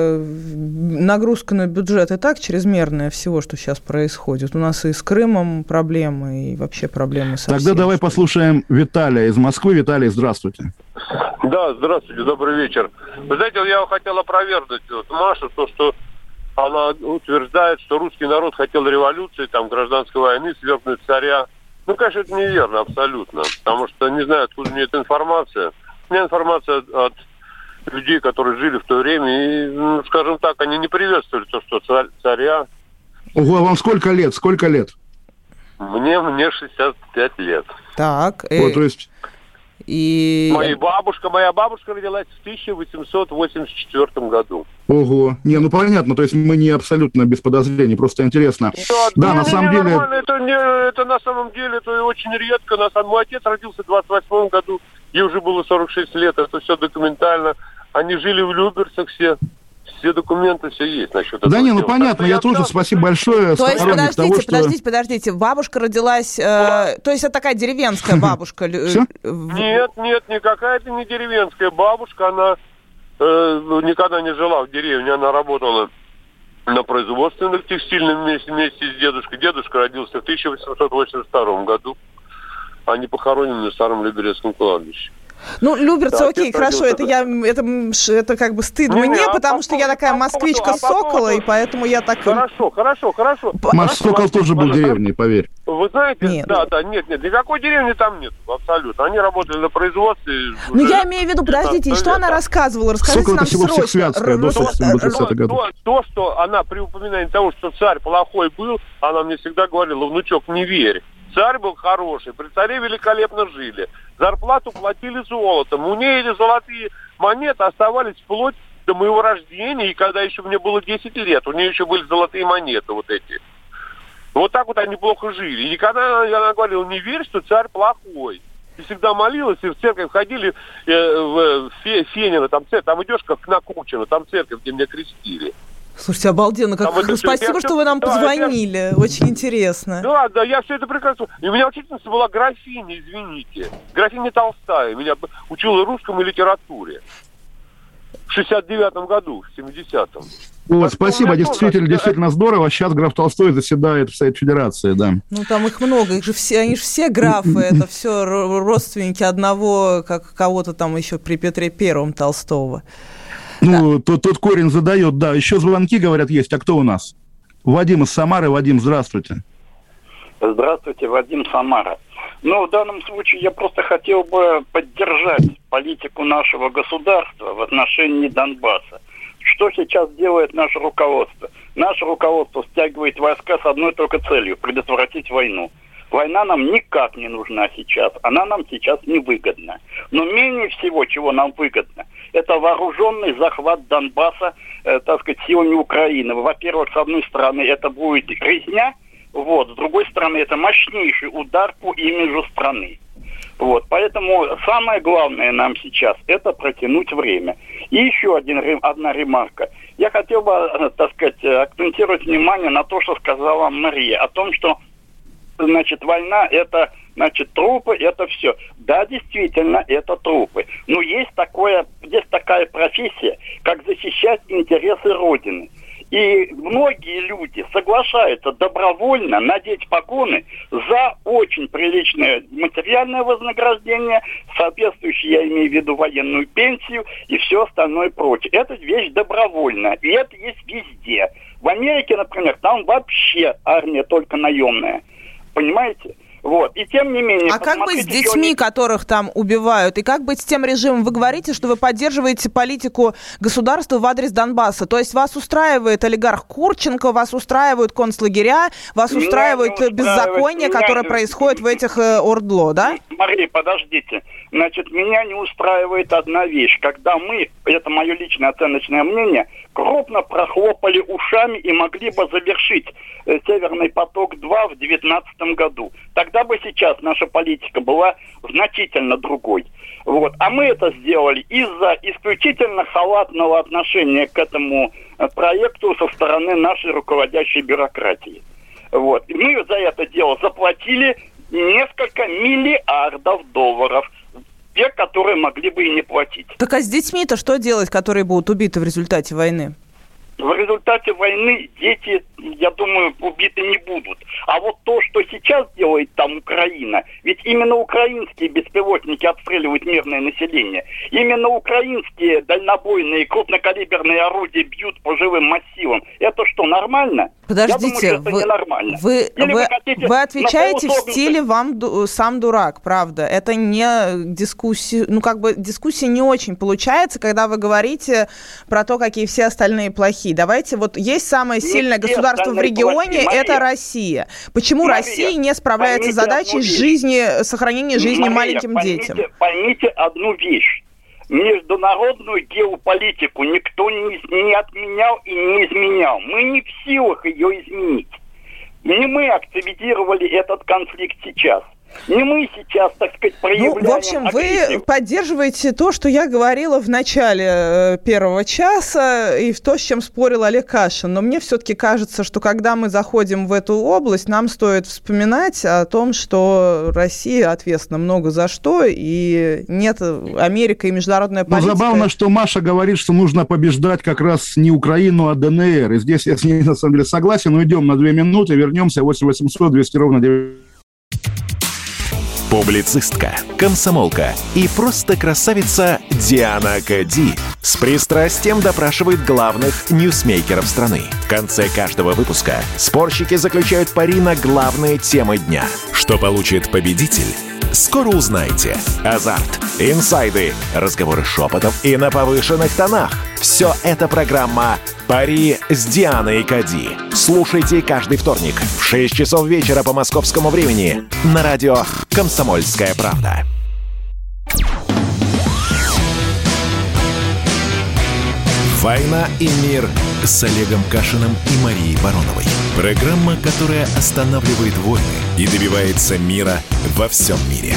C: Нагрузка на бюджет и так чрезмерная всего, что сейчас происходит. У нас и с Крымом проблемы, и вообще проблемы со
B: Тогда
C: всем,
B: давай
C: что...
B: послушаем Виталия из Москвы. Виталий, здравствуйте.
J: Да, здравствуйте, добрый вечер. Вы знаете, я хотел опровергнуть вот Машу, то, что она утверждает, что русский народ хотел революции, там, гражданской войны, свергнуть царя. Ну, конечно, это неверно абсолютно, потому что не знаю, откуда мне эта информация. У меня информация от людей, которые жили в то время, и, ну, скажем так, они не приветствовали то, что царь, царя...
B: Ого, а вам сколько лет? Сколько лет?
J: Мне, мне шестьдесят пять лет.
C: Так.
B: Э... Вот, то есть...
C: И...
J: Моя бабушка, моя бабушка родилась в тысяча восемьсот восемьдесят четвёртом году.
B: Ого. Не, ну понятно, то есть мы не абсолютно без подозрений, просто интересно. Да, да, на самом деле...
J: Это, не, это на самом деле это очень редко. На самом... Мой отец родился в двадцать восьмом году, ей уже было сорок шесть лет, это все документально. Они жили в Люберцах все. Все документы, все есть насчет этого.
B: Да не, ну
J: дела.
B: понятно, я, я тоже, спасибо большое.
C: То есть, подождите,
B: того, что...
C: подождите, подождите, бабушка родилась, э, то есть это такая деревенская бабушка?
J: Нет, нет, никакая это не деревенская бабушка, она э, никогда не жила в деревне, она работала на производственных текстильном месте вместе с дедушкой. Дедушка родился в тысяча восемьсот восемьдесят втором году, они похоронены на Старом Люберецком кладбище.
C: Ну, Люберцы, да, окей, хорошо, это, я, это, это как бы стыдно не, мне, не, потому а что по, я такая москвичка а Сокола, и поэтому я так...
J: Хорошо, хорошо, хорошо.
B: Маш Сокол тоже был деревней, поверь.
J: Вы знаете,
C: нет.
J: да, да, нет, нет, никакой деревни там нет, абсолютно. Они работали на производстве.
C: Ну, я имею в виду, подождите, и что она рассказывала? Расскажите
B: Сокол
C: нам
B: это село
C: срочно.
B: Всехсвятское до тридцатых годов.
J: То, то, что она при упоминании того, что царь плохой был, она мне всегда говорила: внучок, не верь. Царь был хороший, при царе великолепно жили. Зарплату платили золотом. У нее эти золотые монеты оставались вплоть до моего рождения, и когда еще мне было десять лет, у нее еще были золотые монеты вот эти. Вот так вот они плохо жили. И когда она, она говорила: не верь, что царь плохой. И всегда молилась, и в церковь ходили э, в Фе, Фенино, там церковь, там идешь как на Кучино, там церковь, где меня крестили.
C: Слушайте, обалденно. Как... Спасибо, что вы нам да, позвонили. Я... Очень интересно.
J: Да, да, я все это прекрасно... И у меня учительница была графиня, извините. Графиня Толстая. Меня учила русскому и литературе. В шестьдесят девятом году, в семидесятом.
B: Вот, спасибо, действительно, тоже... действительно здорово. Сейчас граф Толстой заседает в Совете Федерации, да.
C: Ну, там их много, их же все, они же все графы, это все родственники одного, как кого-то там еще при Петре Первом Толстого.
B: Ну, да. тут, тут корень задает, да. Еще звонки, говорят, есть. А кто у нас? Вадим из Самары. Вадим, здравствуйте.
K: Здравствуйте, Вадим, Самара. Ну, в данном случае я просто хотел бы поддержать политику нашего государства в отношении Донбасса. Что сейчас делает наше руководство? Наше руководство стягивает войска с одной только целью – предотвратить войну. Война нам никак не нужна сейчас, она нам сейчас не выгодна. Но менее всего, чего нам выгодно, это вооруженный захват Донбасса, э, так сказать, силами Украины. Во-первых, с одной стороны, это будет резня, вот, с другой стороны, это мощнейший удар по имиджу страны. Вот, поэтому самое главное нам сейчас – это протянуть время. И еще один, одна ремарка. Я хотел бы, так сказать, акцентировать внимание на то, что сказала Мария, о том, что, значит, война – это, значит, трупы, это все. Да, действительно, это трупы. Но есть такое, есть такая профессия, как защищать интересы Родины. И многие люди соглашаются добровольно надеть погоны за очень приличное материальное вознаграждение, соответствующее, я имею в виду, военную пенсию и все остальное прочее. Это вещь добровольная, и это есть везде. В Америке, например, там вообще армия только наемная. Понимаете? Вот. И тем не менее...
C: А как быть с детьми, которых там убивают? И как быть с тем режимом? Вы говорите, что вы поддерживаете политику государства в адрес Донбасса. То есть вас устраивает олигарх Курченко, вас устраивают концлагеря, вас меня устраивает беззаконие, которое не... происходит в этих э, ОРДЛО, да?
K: Мария, подождите. Значит, меня не устраивает одна вещь. Когда мы, это мое личное оценочное мнение, крупно прохлопали ушами и могли бы завершить э, Северный поток-два в две тысячи девятнадцатом году. Тогда бы сейчас наша политика была значительно другой. Вот. А мы это сделали из-за исключительно халатного отношения к этому проекту со стороны нашей руководящей бюрократии. Вот. И мы за это дело заплатили несколько миллиардов долларов. Те, которые могли бы и не платить.
C: Так а с детьми-то что делать, которые будут убиты в результате войны?
K: В результате войны дети, я думаю, убиты не будут. А вот то, что сейчас делает там Украина, ведь именно украинские беспилотники обстреливают мирное население. Именно украинские дальнобойные крупнокалиберные орудия бьют по живым массивам. Это что, нормально?
C: Подождите,
K: я думаю, что
C: вы,
K: это ненормально.
C: Вы, вы, вы, хотите вы отвечаете в стиле «вам сам дурак», правда? Это не дискуссия, ну как бы дискуссия не очень получается, когда вы говорите про то, какие все остальные плохие. Давайте, вот есть самое сильное не государство в регионе, плохие, это Россия. Почему Мария, Россия не справляется с задачей жизни, сохранения жизни Мария, маленьким
K: поймите,
C: детям?
K: Поймите одну вещь. Международную геополитику никто не, не отменял и не изменял. Мы не в силах ее изменить. Не мы активизировали этот конфликт сейчас. Не мы сейчас, так сказать, проявляем...
C: Ну, в общем, агрессию. Вы поддерживаете то, что я говорила в начале первого часа, и то, с чем спорил Олег Кашин. Но мне все-таки кажется, что когда мы заходим в эту область, нам стоит вспоминать о том, что Россия ответственна много за что, и нет, Америка и международная политика...
B: Но забавно, что Маша говорит, что нужно побеждать как раз не Украину, а ДНР. И здесь я с ней, на самом деле, согласен. Уйдем на две минуты, вернемся. восемь восемьсот двести ровно девять.
A: Публицистка, комсомолка и просто красавица Диана Кади с пристрастием допрашивает главных ньюсмейкеров страны. В конце каждого выпуска спорщики заключают пари на главные темы дня. Что получит победитель? Скоро узнаете. Азарт, инсайды, разговоры шепотов и на повышенных тонах. Все это программа «Пари с Дианой Кади». Слушайте каждый вторник в шесть часов вечера по московскому времени на радио «Комсомольская правда». «Война и мир» с Олегом Кашиным и Марией Бароновой. Программа, которая останавливает войны и добивается мира во всем мире.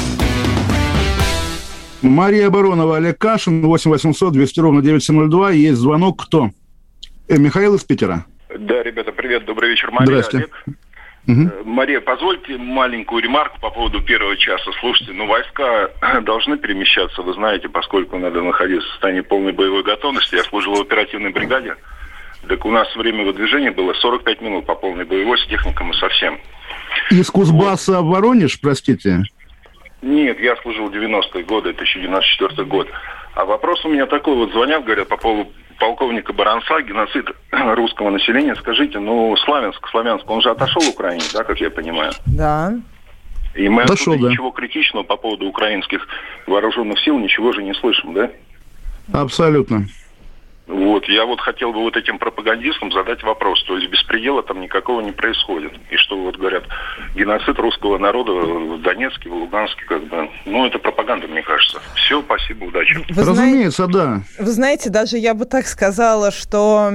B: Мария Баронова, Олег Кашин, восемь восемьсот двести ровно девять семь ноль два. Есть звонок. Кто? Э, Михаил из Питера.
L: Да, ребята, привет. Добрый вечер, Мария.
B: Здравствуйте.
L: Олег.
B: Угу.
L: Мария, позвольте маленькую ремарку по поводу первого часа. Слушайте, ну войска должны перемещаться, вы знаете, поскольку надо находиться в состоянии полной боевой готовности. Я служил в оперативной бригаде Так у нас время выдвижения было сорок пять минут по полной боевой с техником и со всем.
B: Из Кузбасса в Воронеж, простите?
L: Нет, я служил в девяностые годы, тысяча девятьсот девяносто четвёртый год. А вопрос у меня такой, вот звонят, говорят, по поводу полковника Баранца, геноцид русского населения. Скажите, ну, Славянск, Славянск, он же отошел Украине, да, как я понимаю?
C: Да.
L: И мы
B: Дошел,
L: оттуда
B: да.
L: ничего критичного по поводу украинских вооруженных сил, ничего же не слышим, да?
B: Абсолютно.
L: Вот, я вот хотел бы вот этим пропагандистам задать вопрос. То есть беспредела там никакого не происходит. И что вот говорят, геноцид русского народа в Донецке, в Луганске, как бы, ну, это пропаганда, мне кажется. Все, спасибо, удачи.
C: Вы
B: Разумеется,
C: знаете,
B: да.
C: Вы знаете, даже я бы так сказала, что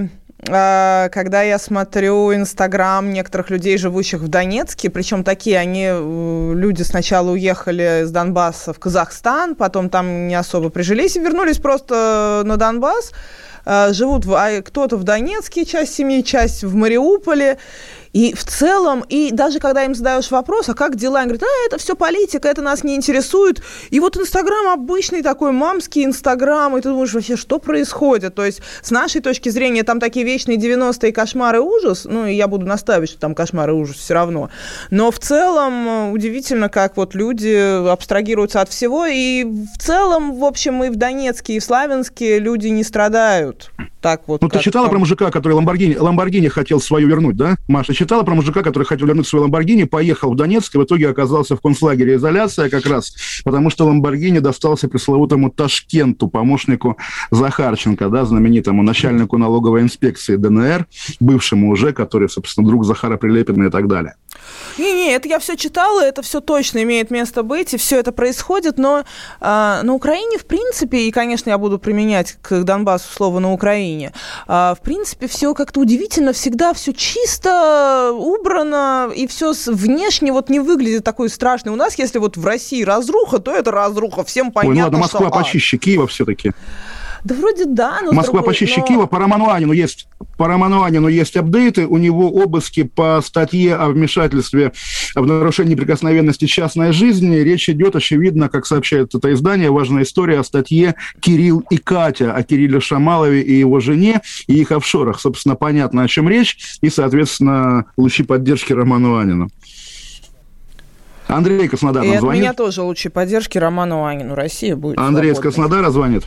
C: э, когда я смотрю Инстаграм некоторых людей, живущих в Донецке, причем такие, они, э, люди сначала уехали из Донбасса в Казахстан, потом там не особо прижились и вернулись просто на Донбасс, живут в, а кто-то в Донецке, часть семьи, часть в Мариуполе. И в целом, и даже когда им задаешь вопрос, а как дела, они говорят, а, это все политика, это нас не интересует. И вот Инстаграм обычный такой, мамский Инстаграм, и ты думаешь, вообще, что происходит? То есть, с нашей точки зрения, там такие вечные девяностые кошмары, ужас, ну, и я буду настаивать, что там кошмары, ужас все равно. Но в целом, удивительно, как вот люди абстрагируются от всего, и в целом, в общем, и в Донецке, и в Славянске люди не страдают. Так вот.
B: Ну, ты читала там про мужика, который Ламборгини, Ламборгини хотел свою вернуть, да, Маша? Читала про мужика, который хотел вернуть свой Ламборгини, поехал в Донецк и в итоге оказался в концлагере изоляция как раз, потому что Ламборгини достался пресловутому Ташкенту, помощнику Захарченко, да, знаменитому начальнику налоговой инспекции ДНР, бывшему уже, который, собственно, друг Захара Прилепина и так далее.
C: Не-не, это я все читала, это все точно имеет место быть, и все это происходит, но э, на Украине, в принципе, и, конечно, я буду применять к Донбассу слово «на Украине», э, в принципе, все как-то удивительно, всегда все чисто, убрано, и все внешне вот не выглядит такой страшной. У нас, если вот в России разруха, то это разруха, всем понятно,
B: Ой, ну ладно, Москва
C: что...
B: почище Киева все-таки.
C: Да вроде да, но...
B: Москва
C: другой,
B: почище
C: но...
B: Киева. По Романуанину есть, по Романуанину есть апдейты. У него обыски по статье о вмешательстве в нарушение неприкосновенности частной жизни. Речь идет, очевидно, как сообщает это издание, важная история о статье «Кирилл и Катя», о Кирилле Шамалове и его жене и их офшорах. Собственно, понятно, о чем речь. И, соответственно, лучи поддержки Романуанину. Андрей Краснодар нам
C: и
B: звонит.
C: от меня тоже лучи поддержки Романуанину. Россия будет
B: Андрей из
C: свободной.
B: Краснодара звонит.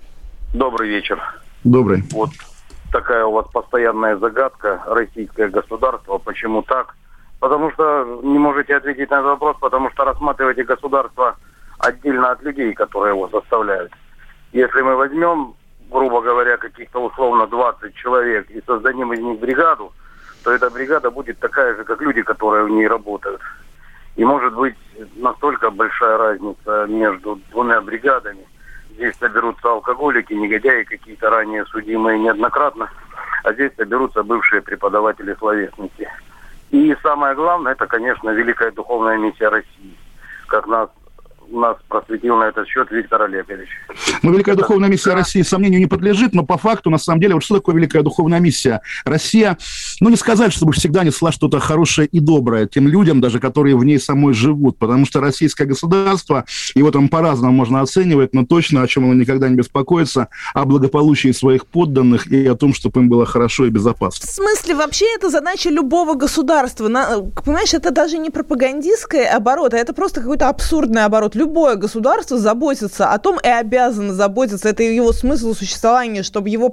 M: Добрый вечер.
B: Добрый.
M: Вот такая у вас постоянная загадка, российское государство. Почему так? Потому что не можете ответить на этот вопрос, потому что рассматриваете государство отдельно от людей, которые его составляют. Если мы возьмем, грубо говоря, каких-то условно двадцать человек и создадим из них бригаду, то эта бригада будет такая же, как люди, которые в ней работают. И может быть настолько большая разница между двумя бригадами. Здесь соберутся алкоголики, негодяи, какие-то ранее судимые неоднократно, а здесь соберутся бывшие преподаватели словесности. И самое главное, это, конечно, великая духовная миссия России, как нас, нас просветил на этот счет Виктор Олегович.
B: Ну, Великая это... Духовная миссия России сомнению не подлежит, но по факту, на самом деле, вот что такое Великая Духовная миссия? Россия, ну, не сказать, чтобы всегда несла что-то хорошее и доброе тем людям, даже которые в ней самой живут, потому что российское государство, его там по-разному можно оценивать, но точно, о чем оно никогда не беспокоится, о благополучии своих подданных и о том, чтобы им было хорошо и безопасно.
C: В смысле, вообще это задача любого государства. На, понимаешь, это даже не пропагандистский оборот, а это просто какой-то абсурдный оборот. Любое государство заботится о том и обязано заботиться. Это его смысл существования, чтобы его...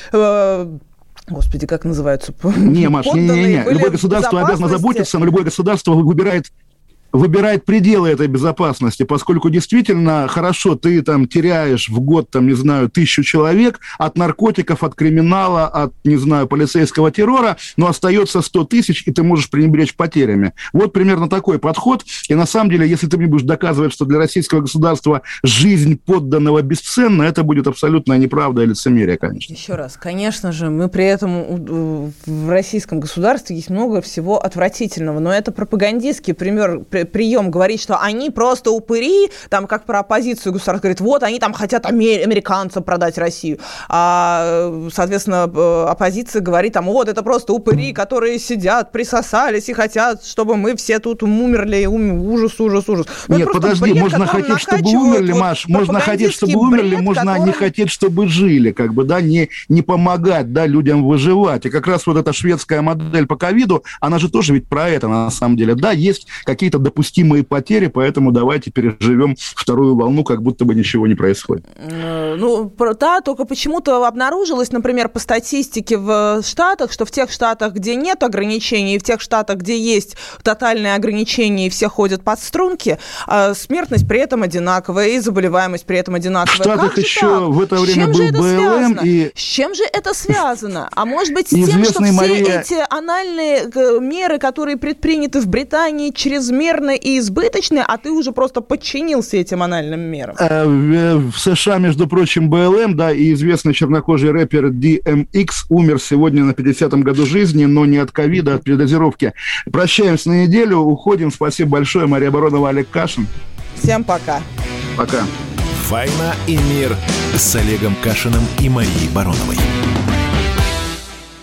C: Э, Господи, как называются?
B: Не, Маш, не-не-не. Любое государство обязано заботиться, но любое государство выбирает... выбирает пределы этой безопасности, поскольку действительно хорошо ты там теряешь в год, там, не знаю, тысячу человек от наркотиков, от криминала, от, не знаю, полицейского террора, но остается сто тысяч, и ты можешь пренебречь потерями. Вот примерно такой подход. И на самом деле, если ты мне будешь доказывать, что для российского государства жизнь подданного бесценна, это будет абсолютная неправда и лицемерие, конечно.
C: Еще раз, конечно же, мы при этом в российском государстве есть много всего отвратительного, но это пропагандистский пример, прием говорить, что они просто упыри, там, как про оппозицию государство говорит, вот, они там хотят американцам продать Россию. А, соответственно, оппозиция говорит, там, вот, это просто упыри, которые сидят, присосались и хотят, чтобы мы все тут умерли, ум, ужас, ужас, ужас. Ну,
B: нет, подожди, бред, можно хотеть, чтобы умерли, вот, Маш, можно хотеть, чтобы умерли, бред, можно которым... не хотеть, чтобы жили, как бы, да, не, не помогать, да, людям выживать. И как раз вот эта шведская модель по ковиду, она же тоже ведь про это, на самом деле. Да, есть какие-то допустимые потери, поэтому давайте переживем вторую волну, как будто бы ничего не происходит.
C: Ну, да, только почему-то обнаружилось, например, по статистике в Штатах, что в тех штатах, где нет ограничений, и в тех штатах, где есть тотальные ограничения, и все ходят под струнки, смертность при этом одинаковая, и заболеваемость при этом одинаковая.
B: В Штатах еще так? В это время был Бэ Эл Эм. И...
C: С чем же это связано? А может быть, с тем, что все Мария... эти анальные меры, которые предприняты в Британии, чрезмерны и избыточны, а ты уже просто подчинился этим анальным мерам?
B: В США, между прочим, Бэ Эл Эм, да, и известный чернокожий рэпер Ди Эм Икс умер сегодня на пятидесятом году жизни, но не от ковида, а от передозировки. Прощаемся на неделю, уходим. Спасибо большое. Мария Баронова, Олег Кашин.
C: Всем пока.
B: Пока.
A: «Война и мир» с Олегом Кашиным и Марией Бароновой.